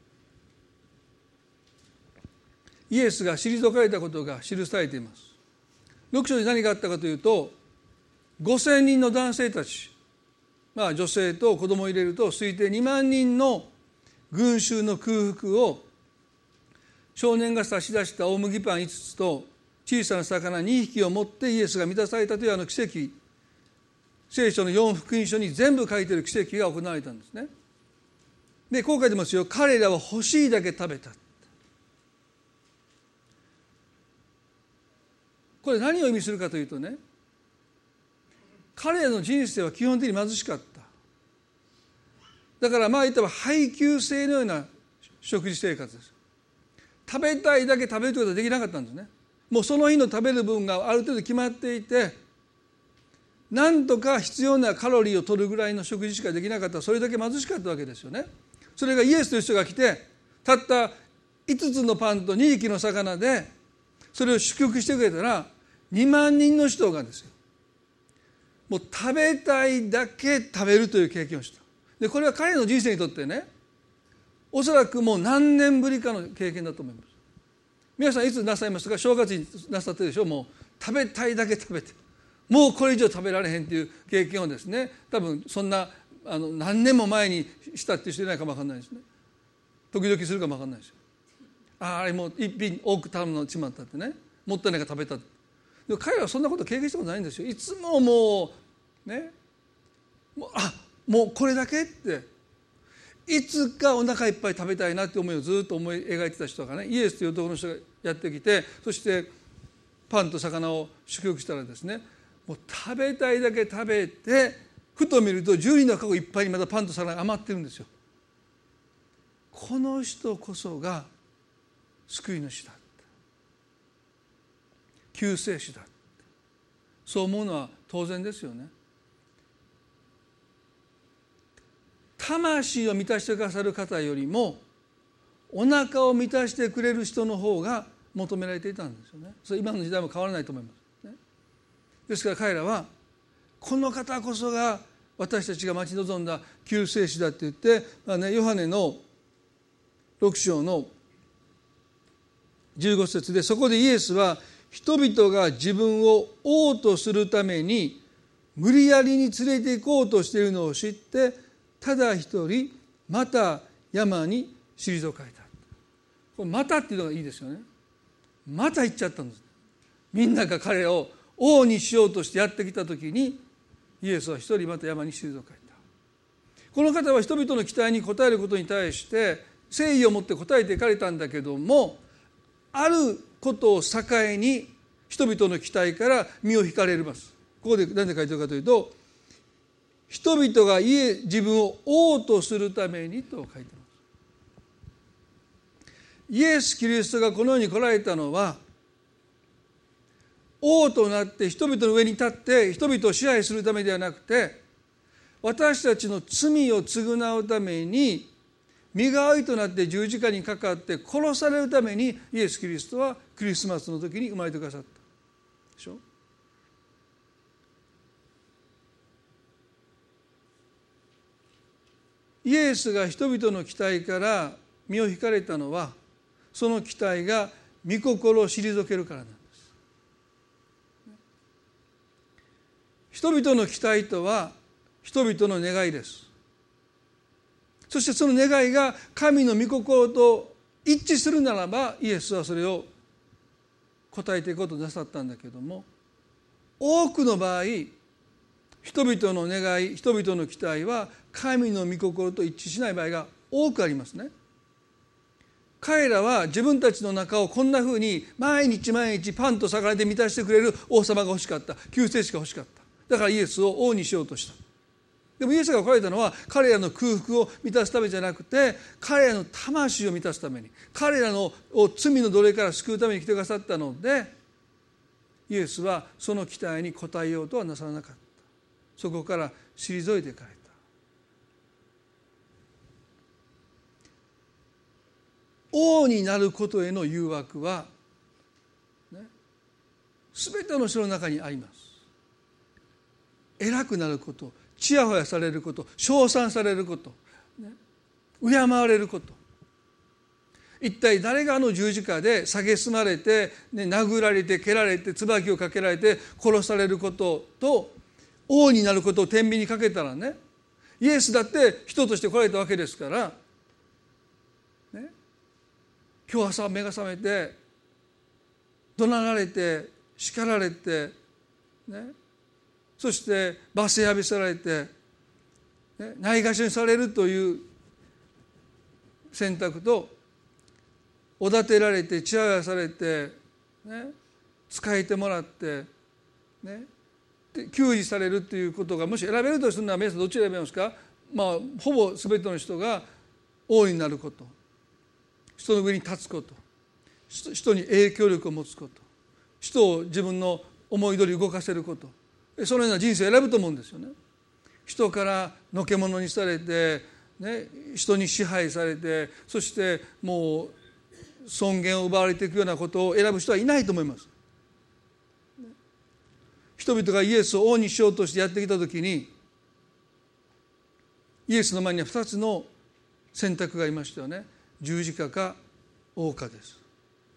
Speaker 1: イエスが退かれたことが記されています。6章に何があったかというと、5000人の男性たち、女性と子供を入れると推定2万人の群衆の空腹を少年が差し出した大麦パン5つと小さな魚2匹を持ってイエスが満たされたという奇跡、聖書の4福音書に全部書いている奇跡が行われたんですね。でこう書いてますよ。彼らは欲しいだけ食べた。これ何を意味するかというとね、彼らの人生は基本的に貧しかった。だから言ったら配給制のような食事生活です。食べたいだけ食べるということはできなかったんですね。もうその日の食べる分がある程度決まっていて、なんとか必要なカロリーを取るぐらいの食事しかできなかった。それだけ貧しかったわけですよね。それがイエスという人が来て、たった5つのパンと2匹の魚でそれを祝福してくれたら、2万人の人がですよ、もう食べたいだけ食べるという経験をした。でこれは彼の人生にとってね、おそらくもう何年ぶりかの経験だと思います。皆さんいつなさいますか？正月になさってるでしょ。もう食べたいだけ食べて、もうこれ以上食べられへんという経験をですね、多分そんな何年も前にしたっていう人いないかも分かんないですね。時々するかも分かんないですよ。あれもう一品多く頼むのしまったってね、もったいないから食べた。でも彼らはそんなこと経験したことないんですよ。いつももうね、もうこれだけって、いつかお腹いっぱい食べたいなって思いをずっと思い描いてた人がね、イエスという男の人がやってきて、そしてパンと魚を祝福したらですね、もう食べたいだけ食べて、ふと見ると10人のカゴいっぱいにまだパンと魚が余ってるんですよ。この人こそが救い主だ、救世主だ、そう思うのは当然ですよね。魂を満たしてくださる方よりもお腹を満たしてくれる人の方が求められていたんですよね。それ今の時代も変わらないと思います、ね。ですから彼らはこの方こそが私たちが待ち望んだ救世主だって言って、ヨハネの6章の15節で、そこでイエスは人々が自分を王とするために無理やりに連れて行こうとしているのを知って、ただ一人また山に退かれた。これまたっていうのがいいですよね。また行っちゃったんです。みんなが彼を王にしようとしてやってきた時に、イエスは一人また山に退かれた。この方は人々の期待に応えることに対して誠意を持って応えていかれたんだけども、あることを境に人々の期待から身を引かれます。ここで何で書いてるかというと、人々が自分を王とするためにと書いています。イエス・キリストがこの世に来られたのは、王となって人々の上に立って人々を支配するためではなくて、私たちの罪を償うために身代わりとなって十字架にかかって殺されるためにイエス・キリストはクリスマスの時に生まれてくださったでしょ。イエスが人々の期待から身を引かれたのは、その期待が御心を退けるからなんです。人々の期待とは人々の願いです。そしてその願いが神の御心と一致するならば、イエスはそれを応えていこうとなさったんだけども、多くの場合人々の願い、人々の期待は神の御心と一致しない場合が多くありますね。彼らは自分たちの中をこんなふうに毎日毎日パンと魚で満たしてくれる王様が欲しかった、救世主が欲しかった。だからイエスを王にしようとした。でもイエスが来られたのは彼らの空腹を満たすためじゃなくて、彼らの魂を満たすために、彼らの罪の奴隷から救うために来てくださったので、 イエスはその期待に応えようとはなさらなかった。そこから退いていかれた。王になることへの誘惑は、全ての人の中にあります。偉くなること、ちやほやされること、称賛されること、敬われること。一体誰があの十字架で蔑まれて、殴られて蹴られて椿をかけられて殺されることと王になることを天秤にかけたらね、イエスだって人として来られたわけですから、ね、今日朝目が覚めて怒鳴られて叱られて、ね、そして罵声浴びせられて、ね、ないがしろにされるという選択と、おだてられてちやほやされて、ね、仕えてもらって、ね、給仕されるということがもし選べるとするなら、皆さんどっち選べますか？ほぼ全ての人が王になること、人の上に立つこと、人に影響力を持つこと、人を自分の思い通り動かせること、そのような人生を選ぶと思うんですよね。人からのけ者にされて、ね、人に支配されて、そしてもう尊厳を奪われていくようなことを選ぶ人はいないと思います。人々がイエスを王にしようとしてやってきたときに、イエスの前には2つの選択がありましたよね。十字架か王かです。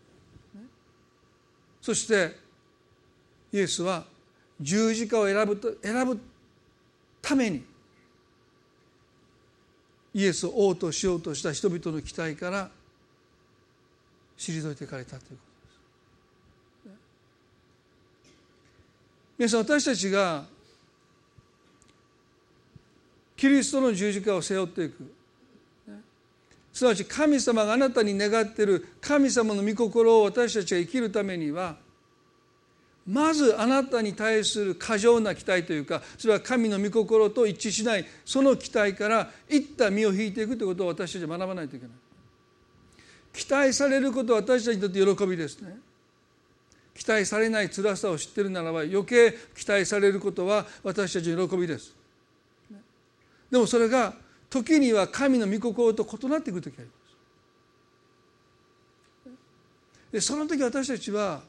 Speaker 1: そしてイエスは十字架を選ぶためにイエスを王としようとした人々の期待から退いていかれたということです。皆さん、私たちがキリストの十字架を背負っていく、すなわち神様があなたに願っている神様の御心を私たちが生きるためには、まずあなたに対する過剰な期待というか、それは神の御心と一致しない、その期待から一旦身を引いていくということを私たちは学ばないといけない。期待されることは私たちにとって喜びですね。期待されない辛さを知っているならば、余計期待されることは私たちの喜びです。でもそれが時には神の御心と異なっていく時があります。でその時私たちは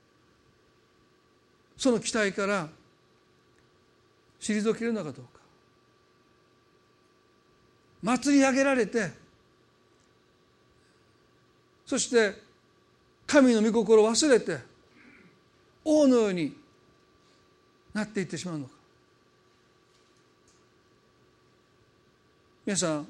Speaker 1: その期待から退けるのかどうか、祭り上げられて、そして神の御心を忘れて王のようになっていってしまうのか。皆さん、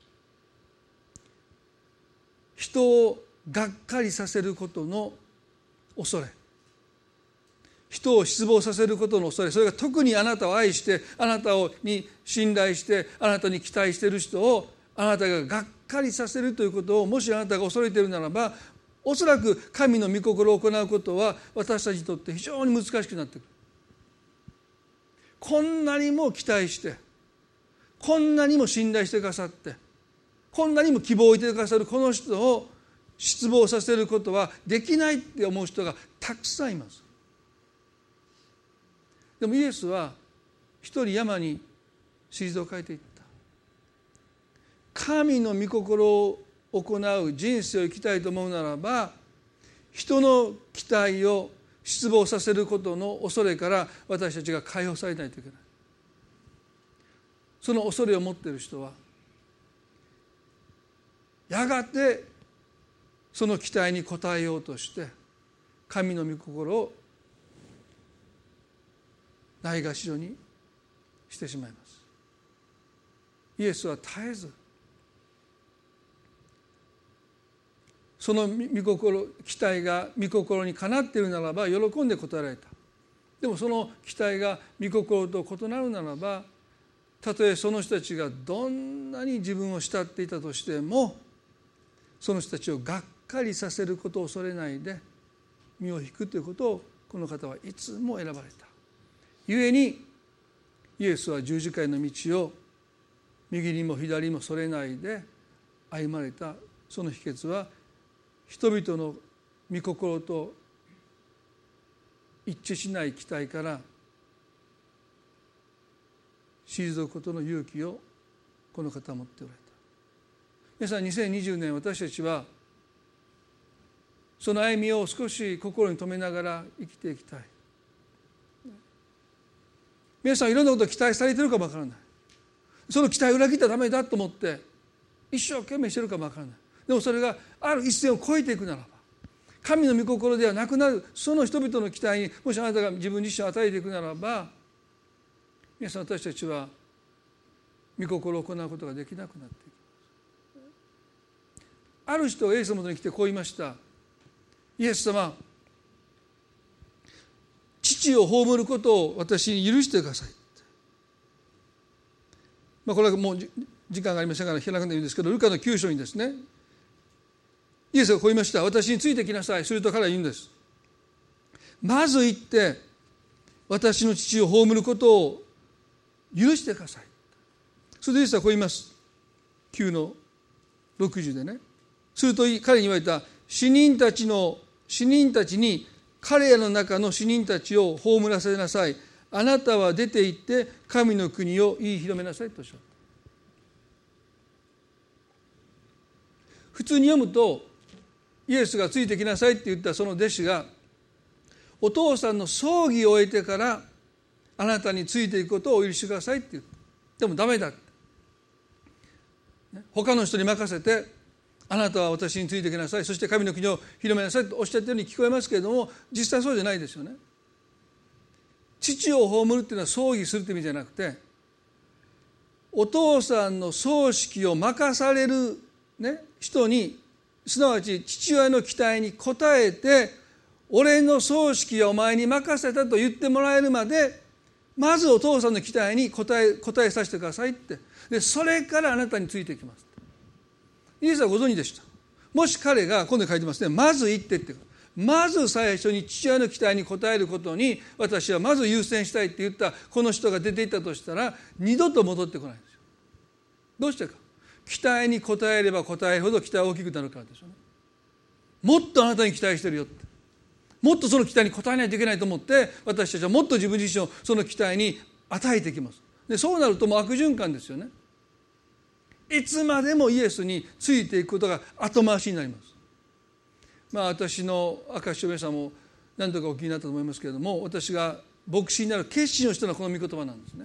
Speaker 1: 人をがっかりさせることの恐れ、人を失望させることの恐れ、それが特にあなたを愛して、あなたに信頼して、あなたに期待している人をあなたががっかりさせるということをもしあなたが恐れているならば、おそらく神の御心を行うことは私たちにとって非常に難しくなってくる。こんなにも期待して、こんなにも信頼してくださって、こんなにも希望を置いてくださるこの人を失望させることはできないって思う人がたくさんいます。でもイエスは一人山に退かれていった。神の御心を行う人生を生きたいと思うならば、人の期待を失望させることの恐れから私たちが解放されないといけない。その恐れを持っている人はやがてその期待に応えようとして神の御心をないがしろにしてしまいます。イエスは絶えずその御心、期待が御心にかなっているならば喜んで応えられた。でもその期待が御心と異なるならば、たとえその人たちがどんなに自分を慕っていたとしても、その人たちをがっかりさせることを恐れないで身を引くということをこの方はいつも選ばれた。ゆえにイエスは十字架への道を右にも左にもそれないで歩まれた。その秘訣は人々の御心と一致しない期待から退くことの勇気をこの方は持っておられた。皆さん、2020年私たちはその歩みを少し心に留めながら生きていきたい。皆さんいろんなことを期待されているかもわからない。その期待を裏切ったらダメだと思って一生懸命しているかもわからない。でもそれがある一線を越えていくならば、神の御心ではなくなるその人々の期待にもしあなたが自分自身を与えていくならば、皆さん私たちは御心を行うことができなくなっていきます。ある人がイエスのもとに来てこう言いました。イエス様、父を葬ることを私に許してください。これはもう時間がありませんから開かないんですけど、ルカの9章にですね、イエスがこう言いました。私についてきなさい。すると彼は言うんです。まず行って私の父を葬ることを許してください。それでイエスはこう言います。9の60でね。すると彼に言われた。死人たちに彼らの中の死人たちを葬らせなさい。あなたは出て行って神の国を言い広めなさいとおっしゃった。普通に読むとイエスがついてきなさいって言ったその弟子がお父さんの葬儀を終えてからあなたについていくことをお許しくださいって言った。でもダメだ。他の人に任せてあなたは私についてきなさい、そして神の国を広めなさいとおっしゃっているように聞こえますけれども、実際そうじゃないですよね。父を葬るっていうのは葬儀するって意味じゃなくて、お父さんの葬式を任される、人に、すなわち父親の期待に応えて、俺の葬式はお前に任せたと言ってもらえるまで、まずお父さんの期待に応えさせてくださいって。でそれからあなたについていきます。イエスはご存知でした。もし彼が今度書いてますね、まず行ってって、まず最初に父親の期待に応えることに私はまず優先したいって言ったこの人が出ていったとしたら二度と戻ってこないんですよ。どうしてか。期待に応えれば応えるほど期待は大きくなるからでしょうね。もっとあなたに期待してるよって、もっとその期待に応えないといけないと思って私たちはもっと自分自身をその期待に与えていきます。でそうなるともう悪循環ですよね。いつまでもイエスについていくことが後回しになります。私の証しを皆さんも何とかお気になったと思いますけれども、私が牧師になる決心をしたのはこの御言葉なんですね。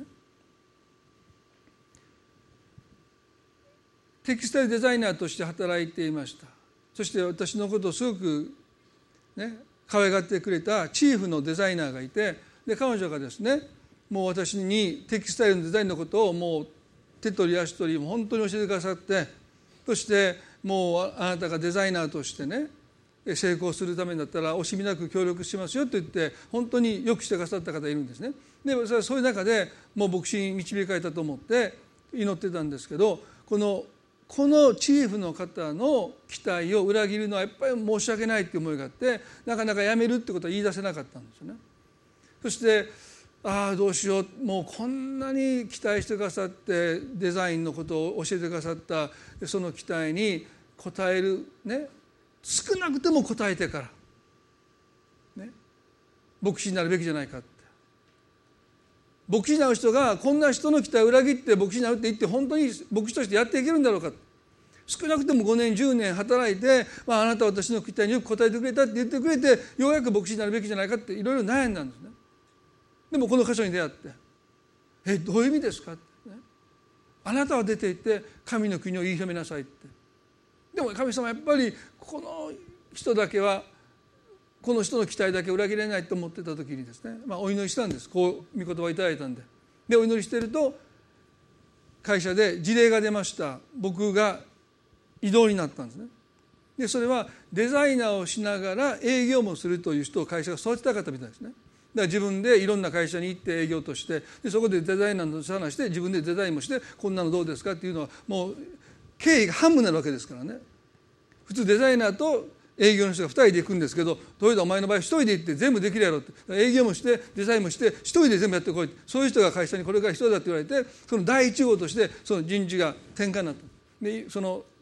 Speaker 1: テキスタイルデザイナーとして働いていました。そして私のことをすごく可愛がってくれたチーフのデザイナーがいて、で彼女がですね、もう私にテキスタイルのデザインのことをもう手取り足取り本当に教えてくださって、そしてもうあなたがデザイナーとしてね成功するためにだったら惜しみなく協力しますよと言って本当によくしてくださった方がいるんですね。でそういう中でもう牧師に導かれたと思って祈ってたんですけど、このチーフの方の期待を裏切るのはやっぱり申し訳ないっていう思いがあって、なかなかやめるってことは言い出せなかったんですよね。そしてどうしよう、もうこんなに期待してくださってデザインのことを教えてくださったその期待に応える少なくても応えてから牧師になるべきじゃないかって。牧師になる人がこんな人の期待を裏切って牧師になるって言って本当に牧師としてやっていけるんだろうか。少なくても5年10年働いて、あなたは私の期待によく応えてくれたって言ってくれてようやく牧師になるべきじゃないかっていろいろ悩んだんですね。でもこの箇所に出会ってどういう意味ですかって、あなたは出て行って神の国を言い広めなさいって。でも神様やっぱりこの人だけはこの人の期待だけ裏切れないと思ってた時にですね、お祈りしたんです。こう御言葉をいただいたんで、お祈りしていると会社で事例が出ました。僕が異動になったんですね。でそれはデザイナーをしながら営業もするという人を会社が育てたかったみたいですね。だから自分でいろんな会社に行って営業として、でそこでデザイナーと話して自分でデザインもしてこんなのどうですかっていうのはもう経緯が半分になるわけですからね。普通デザイナーと営業の人が2人で行くんですけど、どういうのお前の場合1人で行って全部できるやろって、営業もしてデザインもして1人で全部やってこい、そういう人が会社にこれから必要だって言われて、その第1号としてその人事が転換になった。でその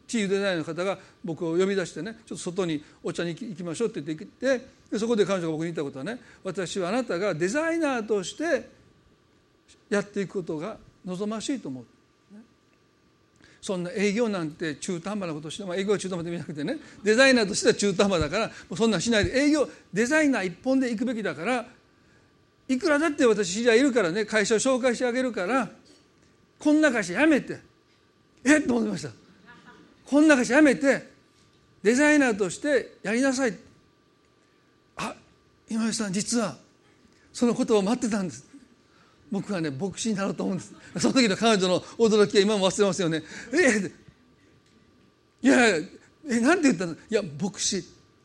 Speaker 1: チーフデザイナーの方が僕を呼び出してね、ちょっと外にお茶に行きましょうって言ってきて、でそこで彼女が僕に言ったことはね、私はあなたがデザイナーとしてやっていくことが望ましいと思う。そんな営業なんて中途半端なことをして、営業は中途半端で見なくてね、デザイナーとしては中途半端だから、もうそんなんしないで、営業デザイナー一本で行くべきだから、いくらだって私知り合いいるからね、会社を紹介してあげるから、こんな会社やめて、と思いました。こんな会社やめてデザイナーとしてやりなさい。今井さん実はそのことを待ってたんです。僕はね牧師になろうと思うんです。その時の彼女の驚きは今も忘れますよね。なんて言ったの。いや牧師。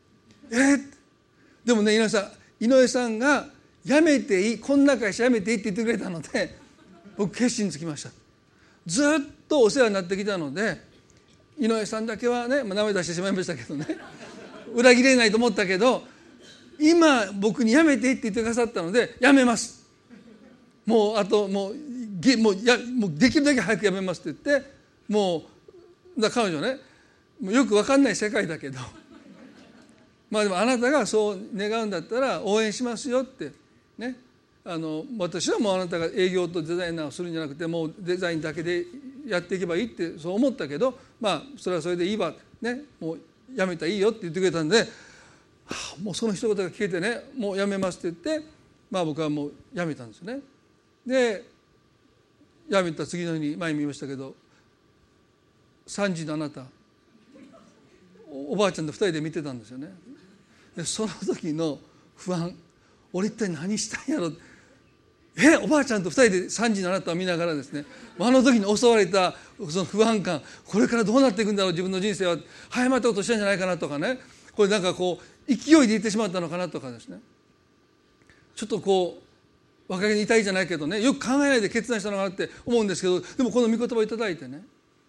Speaker 1: でもね井上さんが辞めていい、こんな会社辞めていいって言ってくれたので、僕決心つきました。ずっとお世話になってきたので、井上さんだけはね、名前出してしまいましたけどね、裏切れないと思ったけど、今僕に辞めていいって言ってくださったので辞めます。もうあともうできるだけ早く辞めますって言って、もう彼女ね、もうよく分かんない世界だけど、でもあなたがそう願うんだったら応援しますよってね。私はもうあなたが営業とデザイナーをするんじゃなくて、もうデザインだけでやっていけばいいってそう思ったけど、それはそれでいいわね、もうやめたらいいよって言ってくれたんで、もうその一言が聞けてね、もうやめますって言って、僕はもうやめたんですね。でやめた次の日に前に見ましたけど、3時のあなたおばあちゃんと2人で見てたんですよね。でその時の不安、俺一体何したんやろ、おばあちゃんと2人で3時のあなたを見ながらですね、あの時に襲われたその不安感、これからどうなっていくんだろう、自分の人生は早まったことしたんじゃないかなとかね、これなんかこう勢いでいってしまったのかなとかですね、ちょっとこう若気に痛いじゃないけどね、よく考えないで決断したのかなって思うんですけど、でもこの御言葉をいただいてね、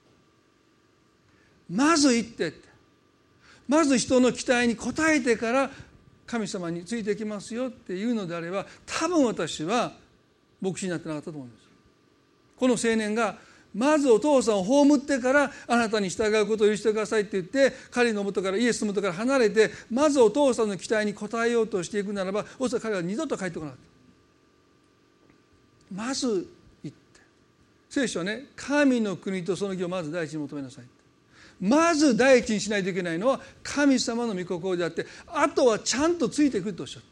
Speaker 1: まず行ってって、まず人の期待に応えてから神様についていきますよっていうのであれば、多分私は牧師になってなかったと思うんです。この青年がまずお父さんを葬ってからあなたに従うことを許してくださいって言って、彼の元からイエスの元から離れて、まずお父さんの期待に応えようとしていくならば、おそらく彼は二度と帰ってこなかった。まず行って、聖書はね、神の国とその義をまず第一に求めなさい。まず第一にしないといけないのは神様の御心であって、あとはちゃんとついてくるとおっしゃった。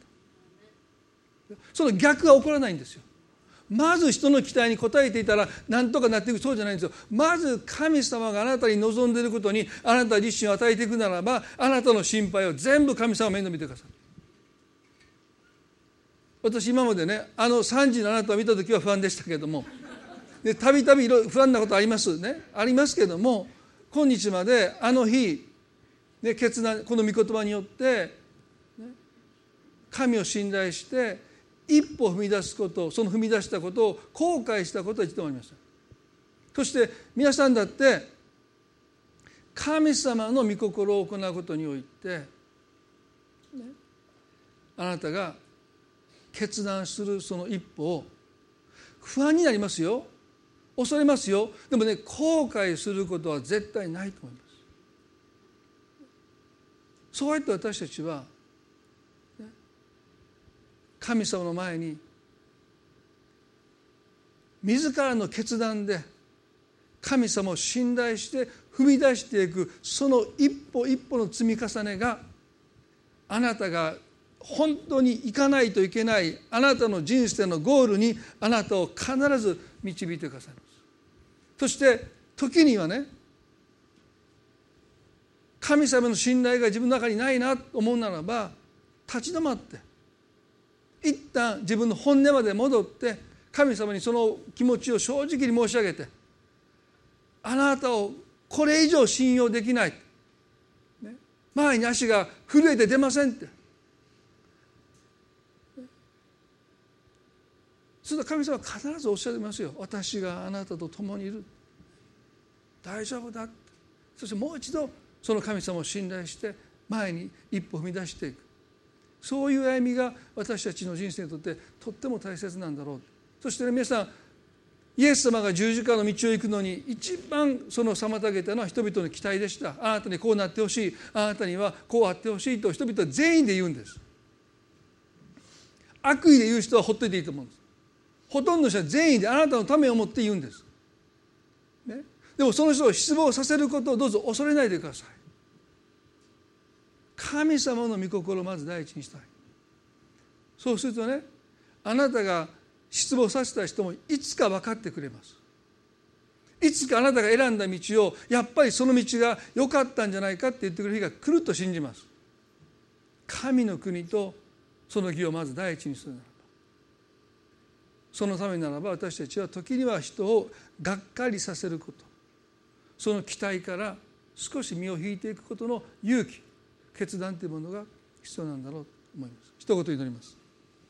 Speaker 1: その逆は起こらないんですよ。まず人の期待に応えていたら何とかなっていく、そうじゃないんですよ。まず神様があなたに望んでいることにあなた自身を与えていくならば、あなたの心配を全部神様が面倒見てください。私今までね、3時のあなたを見た時は不安でしたけれども、たびたび不安なことありますね、ありますけれども、今日まであの日、決断、この御言葉によって、神を信頼して一歩踏み出すこと、その踏み出したことを後悔したことは一度もありません。そして皆さんだって神様の御心を行うことにおいて、あなたが決断するその一歩を不安になりますよ、恐れますよ。でもね、後悔することは絶対ないと思います。そうやって私たちは神様の前に自らの決断で神様を信頼して踏み出していく、その一歩一歩の積み重ねが、あなたが本当に行かないといけないあなたの人生のゴールにあなたを必ず導いてくださいます。そして時にはね、神様の信頼が自分の中にないなと思うならば、立ち止まって一旦自分の本音まで戻って神様にその気持ちを正直に申し上げて、あなたをこれ以上信用できない、前に足が震えて出ませんって、すると神様は必ずおっしゃいますよ。私があなたと共にいる、大丈夫だ。そしてもう一度その神様を信頼して前に一歩踏み出していく、そういう歩みが私たちの人生にとってとっても大切なんだろう。そしてね、皆さんイエス様が十字架の道を行くのに一番その妨げたのは人々の期待でした。あなたにこうなってほしい、あなたにはこうあってほしいと人々は全員で言うんです。悪意で言う人はほっといていいと思うんです。ほとんどの人は全員であなたのためを思って言うんです、ね、でもその人を失望させることをどうぞ恐れないでください。神様の御心をまず第一にしたい。そうするとね、あなたが失望させた人もいつか分かってくれます。いつかあなたが選んだ道をやっぱりその道が良かったんじゃないかって言ってくれる日が来ると信じます。神の国とその義をまず第一にするならば、そのためならば私たちは時には人をがっかりさせること、その期待から少し身を引いていくことの勇気、決断というものが必要なんだろうと思います。一言祈ります。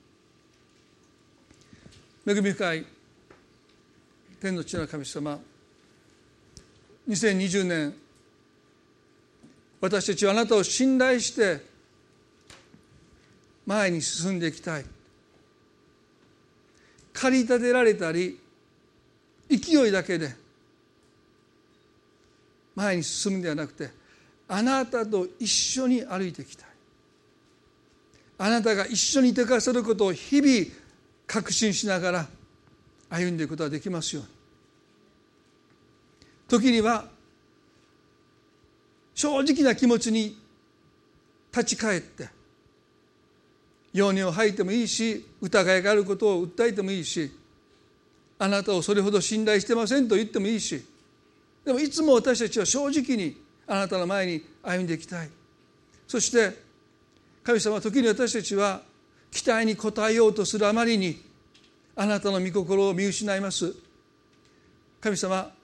Speaker 1: 恵み深い天の父なる神様、2020年私たちはあなたを信頼して前に進んでいきたい。駆り立てられたり勢いだけで前に進むんではなくて、あなたと一緒に歩いていきたい。あなたが一緒にいてくださることを日々確信しながら歩んでいくことができますように。時には正直な気持ちに立ち返って弱音を吐いてもいいし、疑いがあることを訴えてもいいし、あなたをそれほど信頼してませんと言ってもいいし、でもいつも私たちは正直にあなたの前に歩んでいきたい。そして神様、時に私たちは期待に応えようとするあまりにあなたの御心を見失います。神様、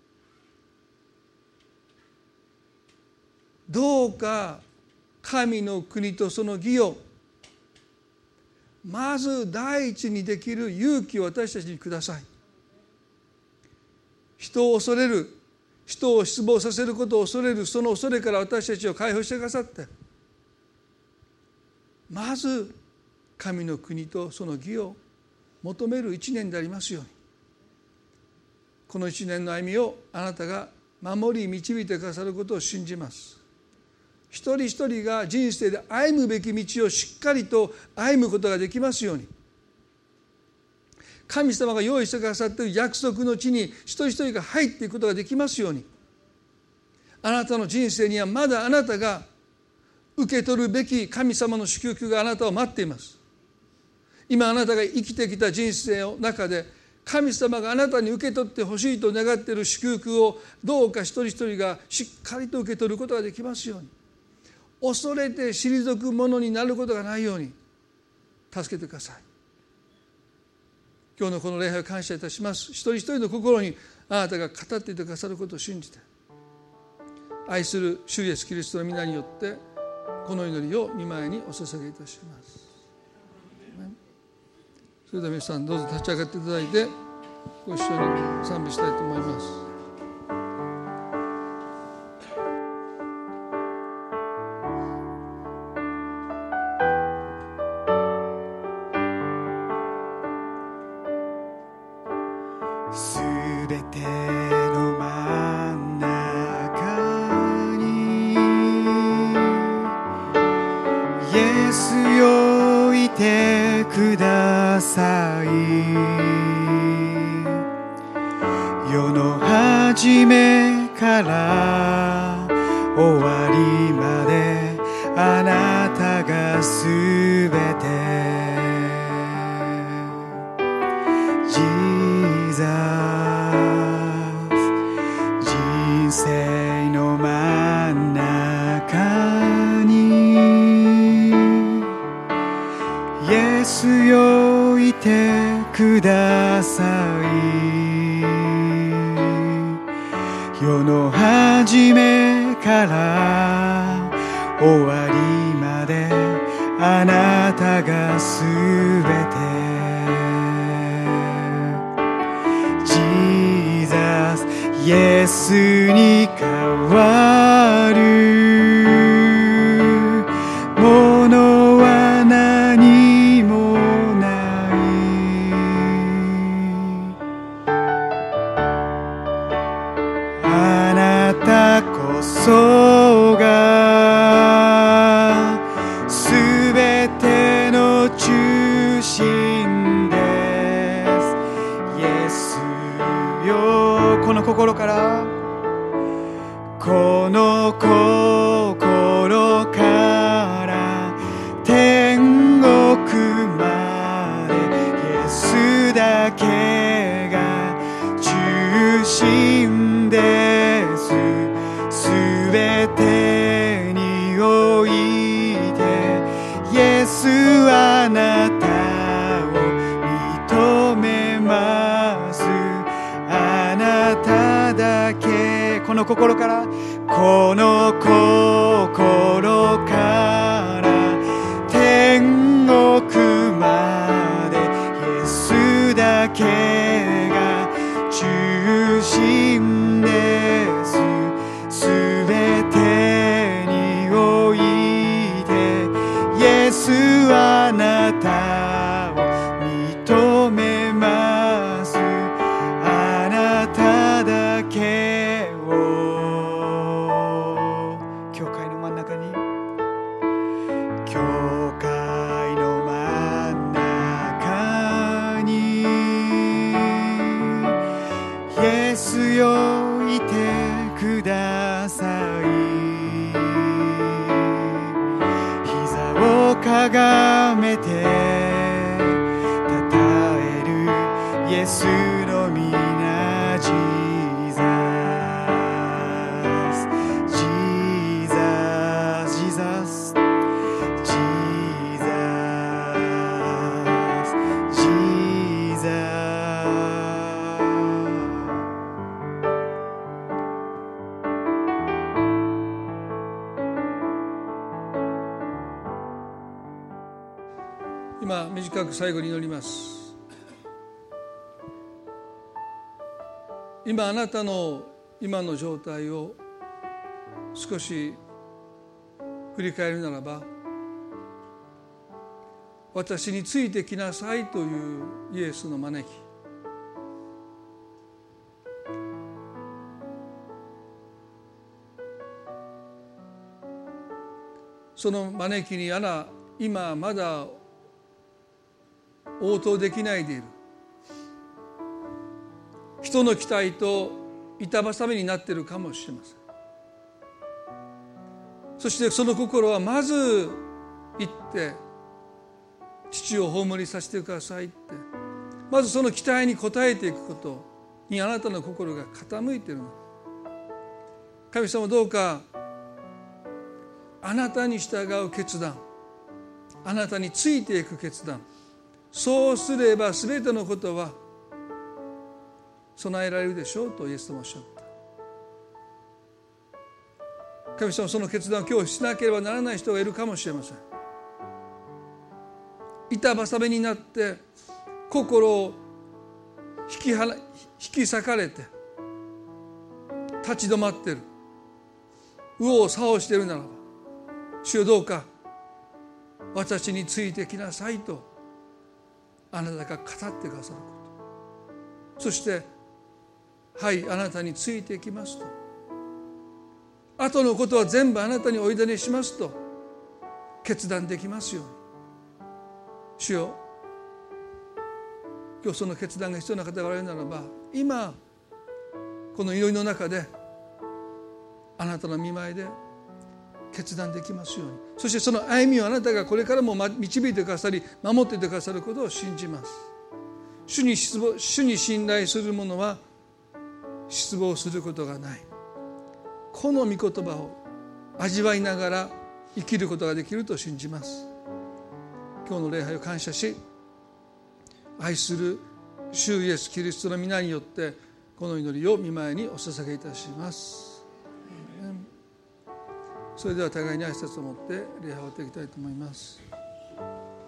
Speaker 1: どうか神の国とその義をまず第一にできる勇気を私たちにください。人を恐れる、人を失望させることを恐れる、その恐れから私たちを解放してくださって、まず神の国とその義を求める一年でありますように。この一年の歩みをあなたが守り導いてくださることを信じます。一人一人が人生で歩むべき道をしっかりと歩むことができますように。神様が用意してくださっている約束の地に一人一人が入っていくことができますように。あなたの人生にはまだあなたが受け取るべき神様の祝福があなたを待っています。今あなたが生きてきた人生の中で神様があなたに受け取ってほしいと願っている祝福をどうか一人一人がしっかりと受け取ることができますように。恐れて退くものになることがないように助けてください。今日のこの礼拝を感謝いたします。一人一人の心にあなたが語っていてくださることを信じて、愛する主イエスキリストの皆によってこの祈りを御前にお捧げいたします。それでは皆さんどうぞ立ち上がっていただいてご一緒に賛美したいと思います。
Speaker 2: 世の始めから終わりまであなたがすべて Jesus 人生の真ん中にイエスよいてください。世の始めから終わりまであなたがすべて Jesus イエスに変わるものは何もない心から、この心から天国までイエスだけが中心です。すべてにおいてイエスはあなたを認めます。あなただけ、この心から、この心から天国までイエスだけが中心です。すべてにおいてイエスはあなたを認めます。あなただけを。教会の真ん中に、教会の真ん中にイエスよいてください。膝をかがめてたたえるイエスの皆、ジーザス、ジーザス、ジーザス、ジーザス、ジーザス。
Speaker 1: 今短く最後に祈ります。今あなたの今の状態を少し振り返るならば、私についてきなさいというイエスの招き、その招きに今まだ応答できないでいる、人の期待と板挟みになっているかもしれません。そしてその心はまず行って父を葬りさせてくださいって、まずその期待に応えていくことにあなたの心が傾いているの。神様、どうかあなたに従う決断、あなたについていく決断、そうすれば全てのことは備えられるでしょうとイエス様おっしゃった。神様、その決断を今日しなければならない人がいるかもしれません。板挟みになって心を引き裂かれて立ち止まっている、右往左往しているならば、主よ、どうか私についてきなさいとあなたが語ってくださること、そしてはい、あなたについていきますと、後のことは全部あなたにお委ねしますと決断できますように。主よ、今日その決断が必要な方がおられるならば、今この祈りの中であなたの御前で決断できますように。そしてその歩みをあなたがこれからも導いてくださり守っていてくださることを信じます。主に信頼する者は失望することがない、この御言葉を味わいながら生きることができると信じます。今日の礼拝を感謝し、愛する主イエスキリストの皆によってこの祈りを御前にお捧げいたします。それでは互いに挨拶を持って礼拝を終わっていきたいと思います。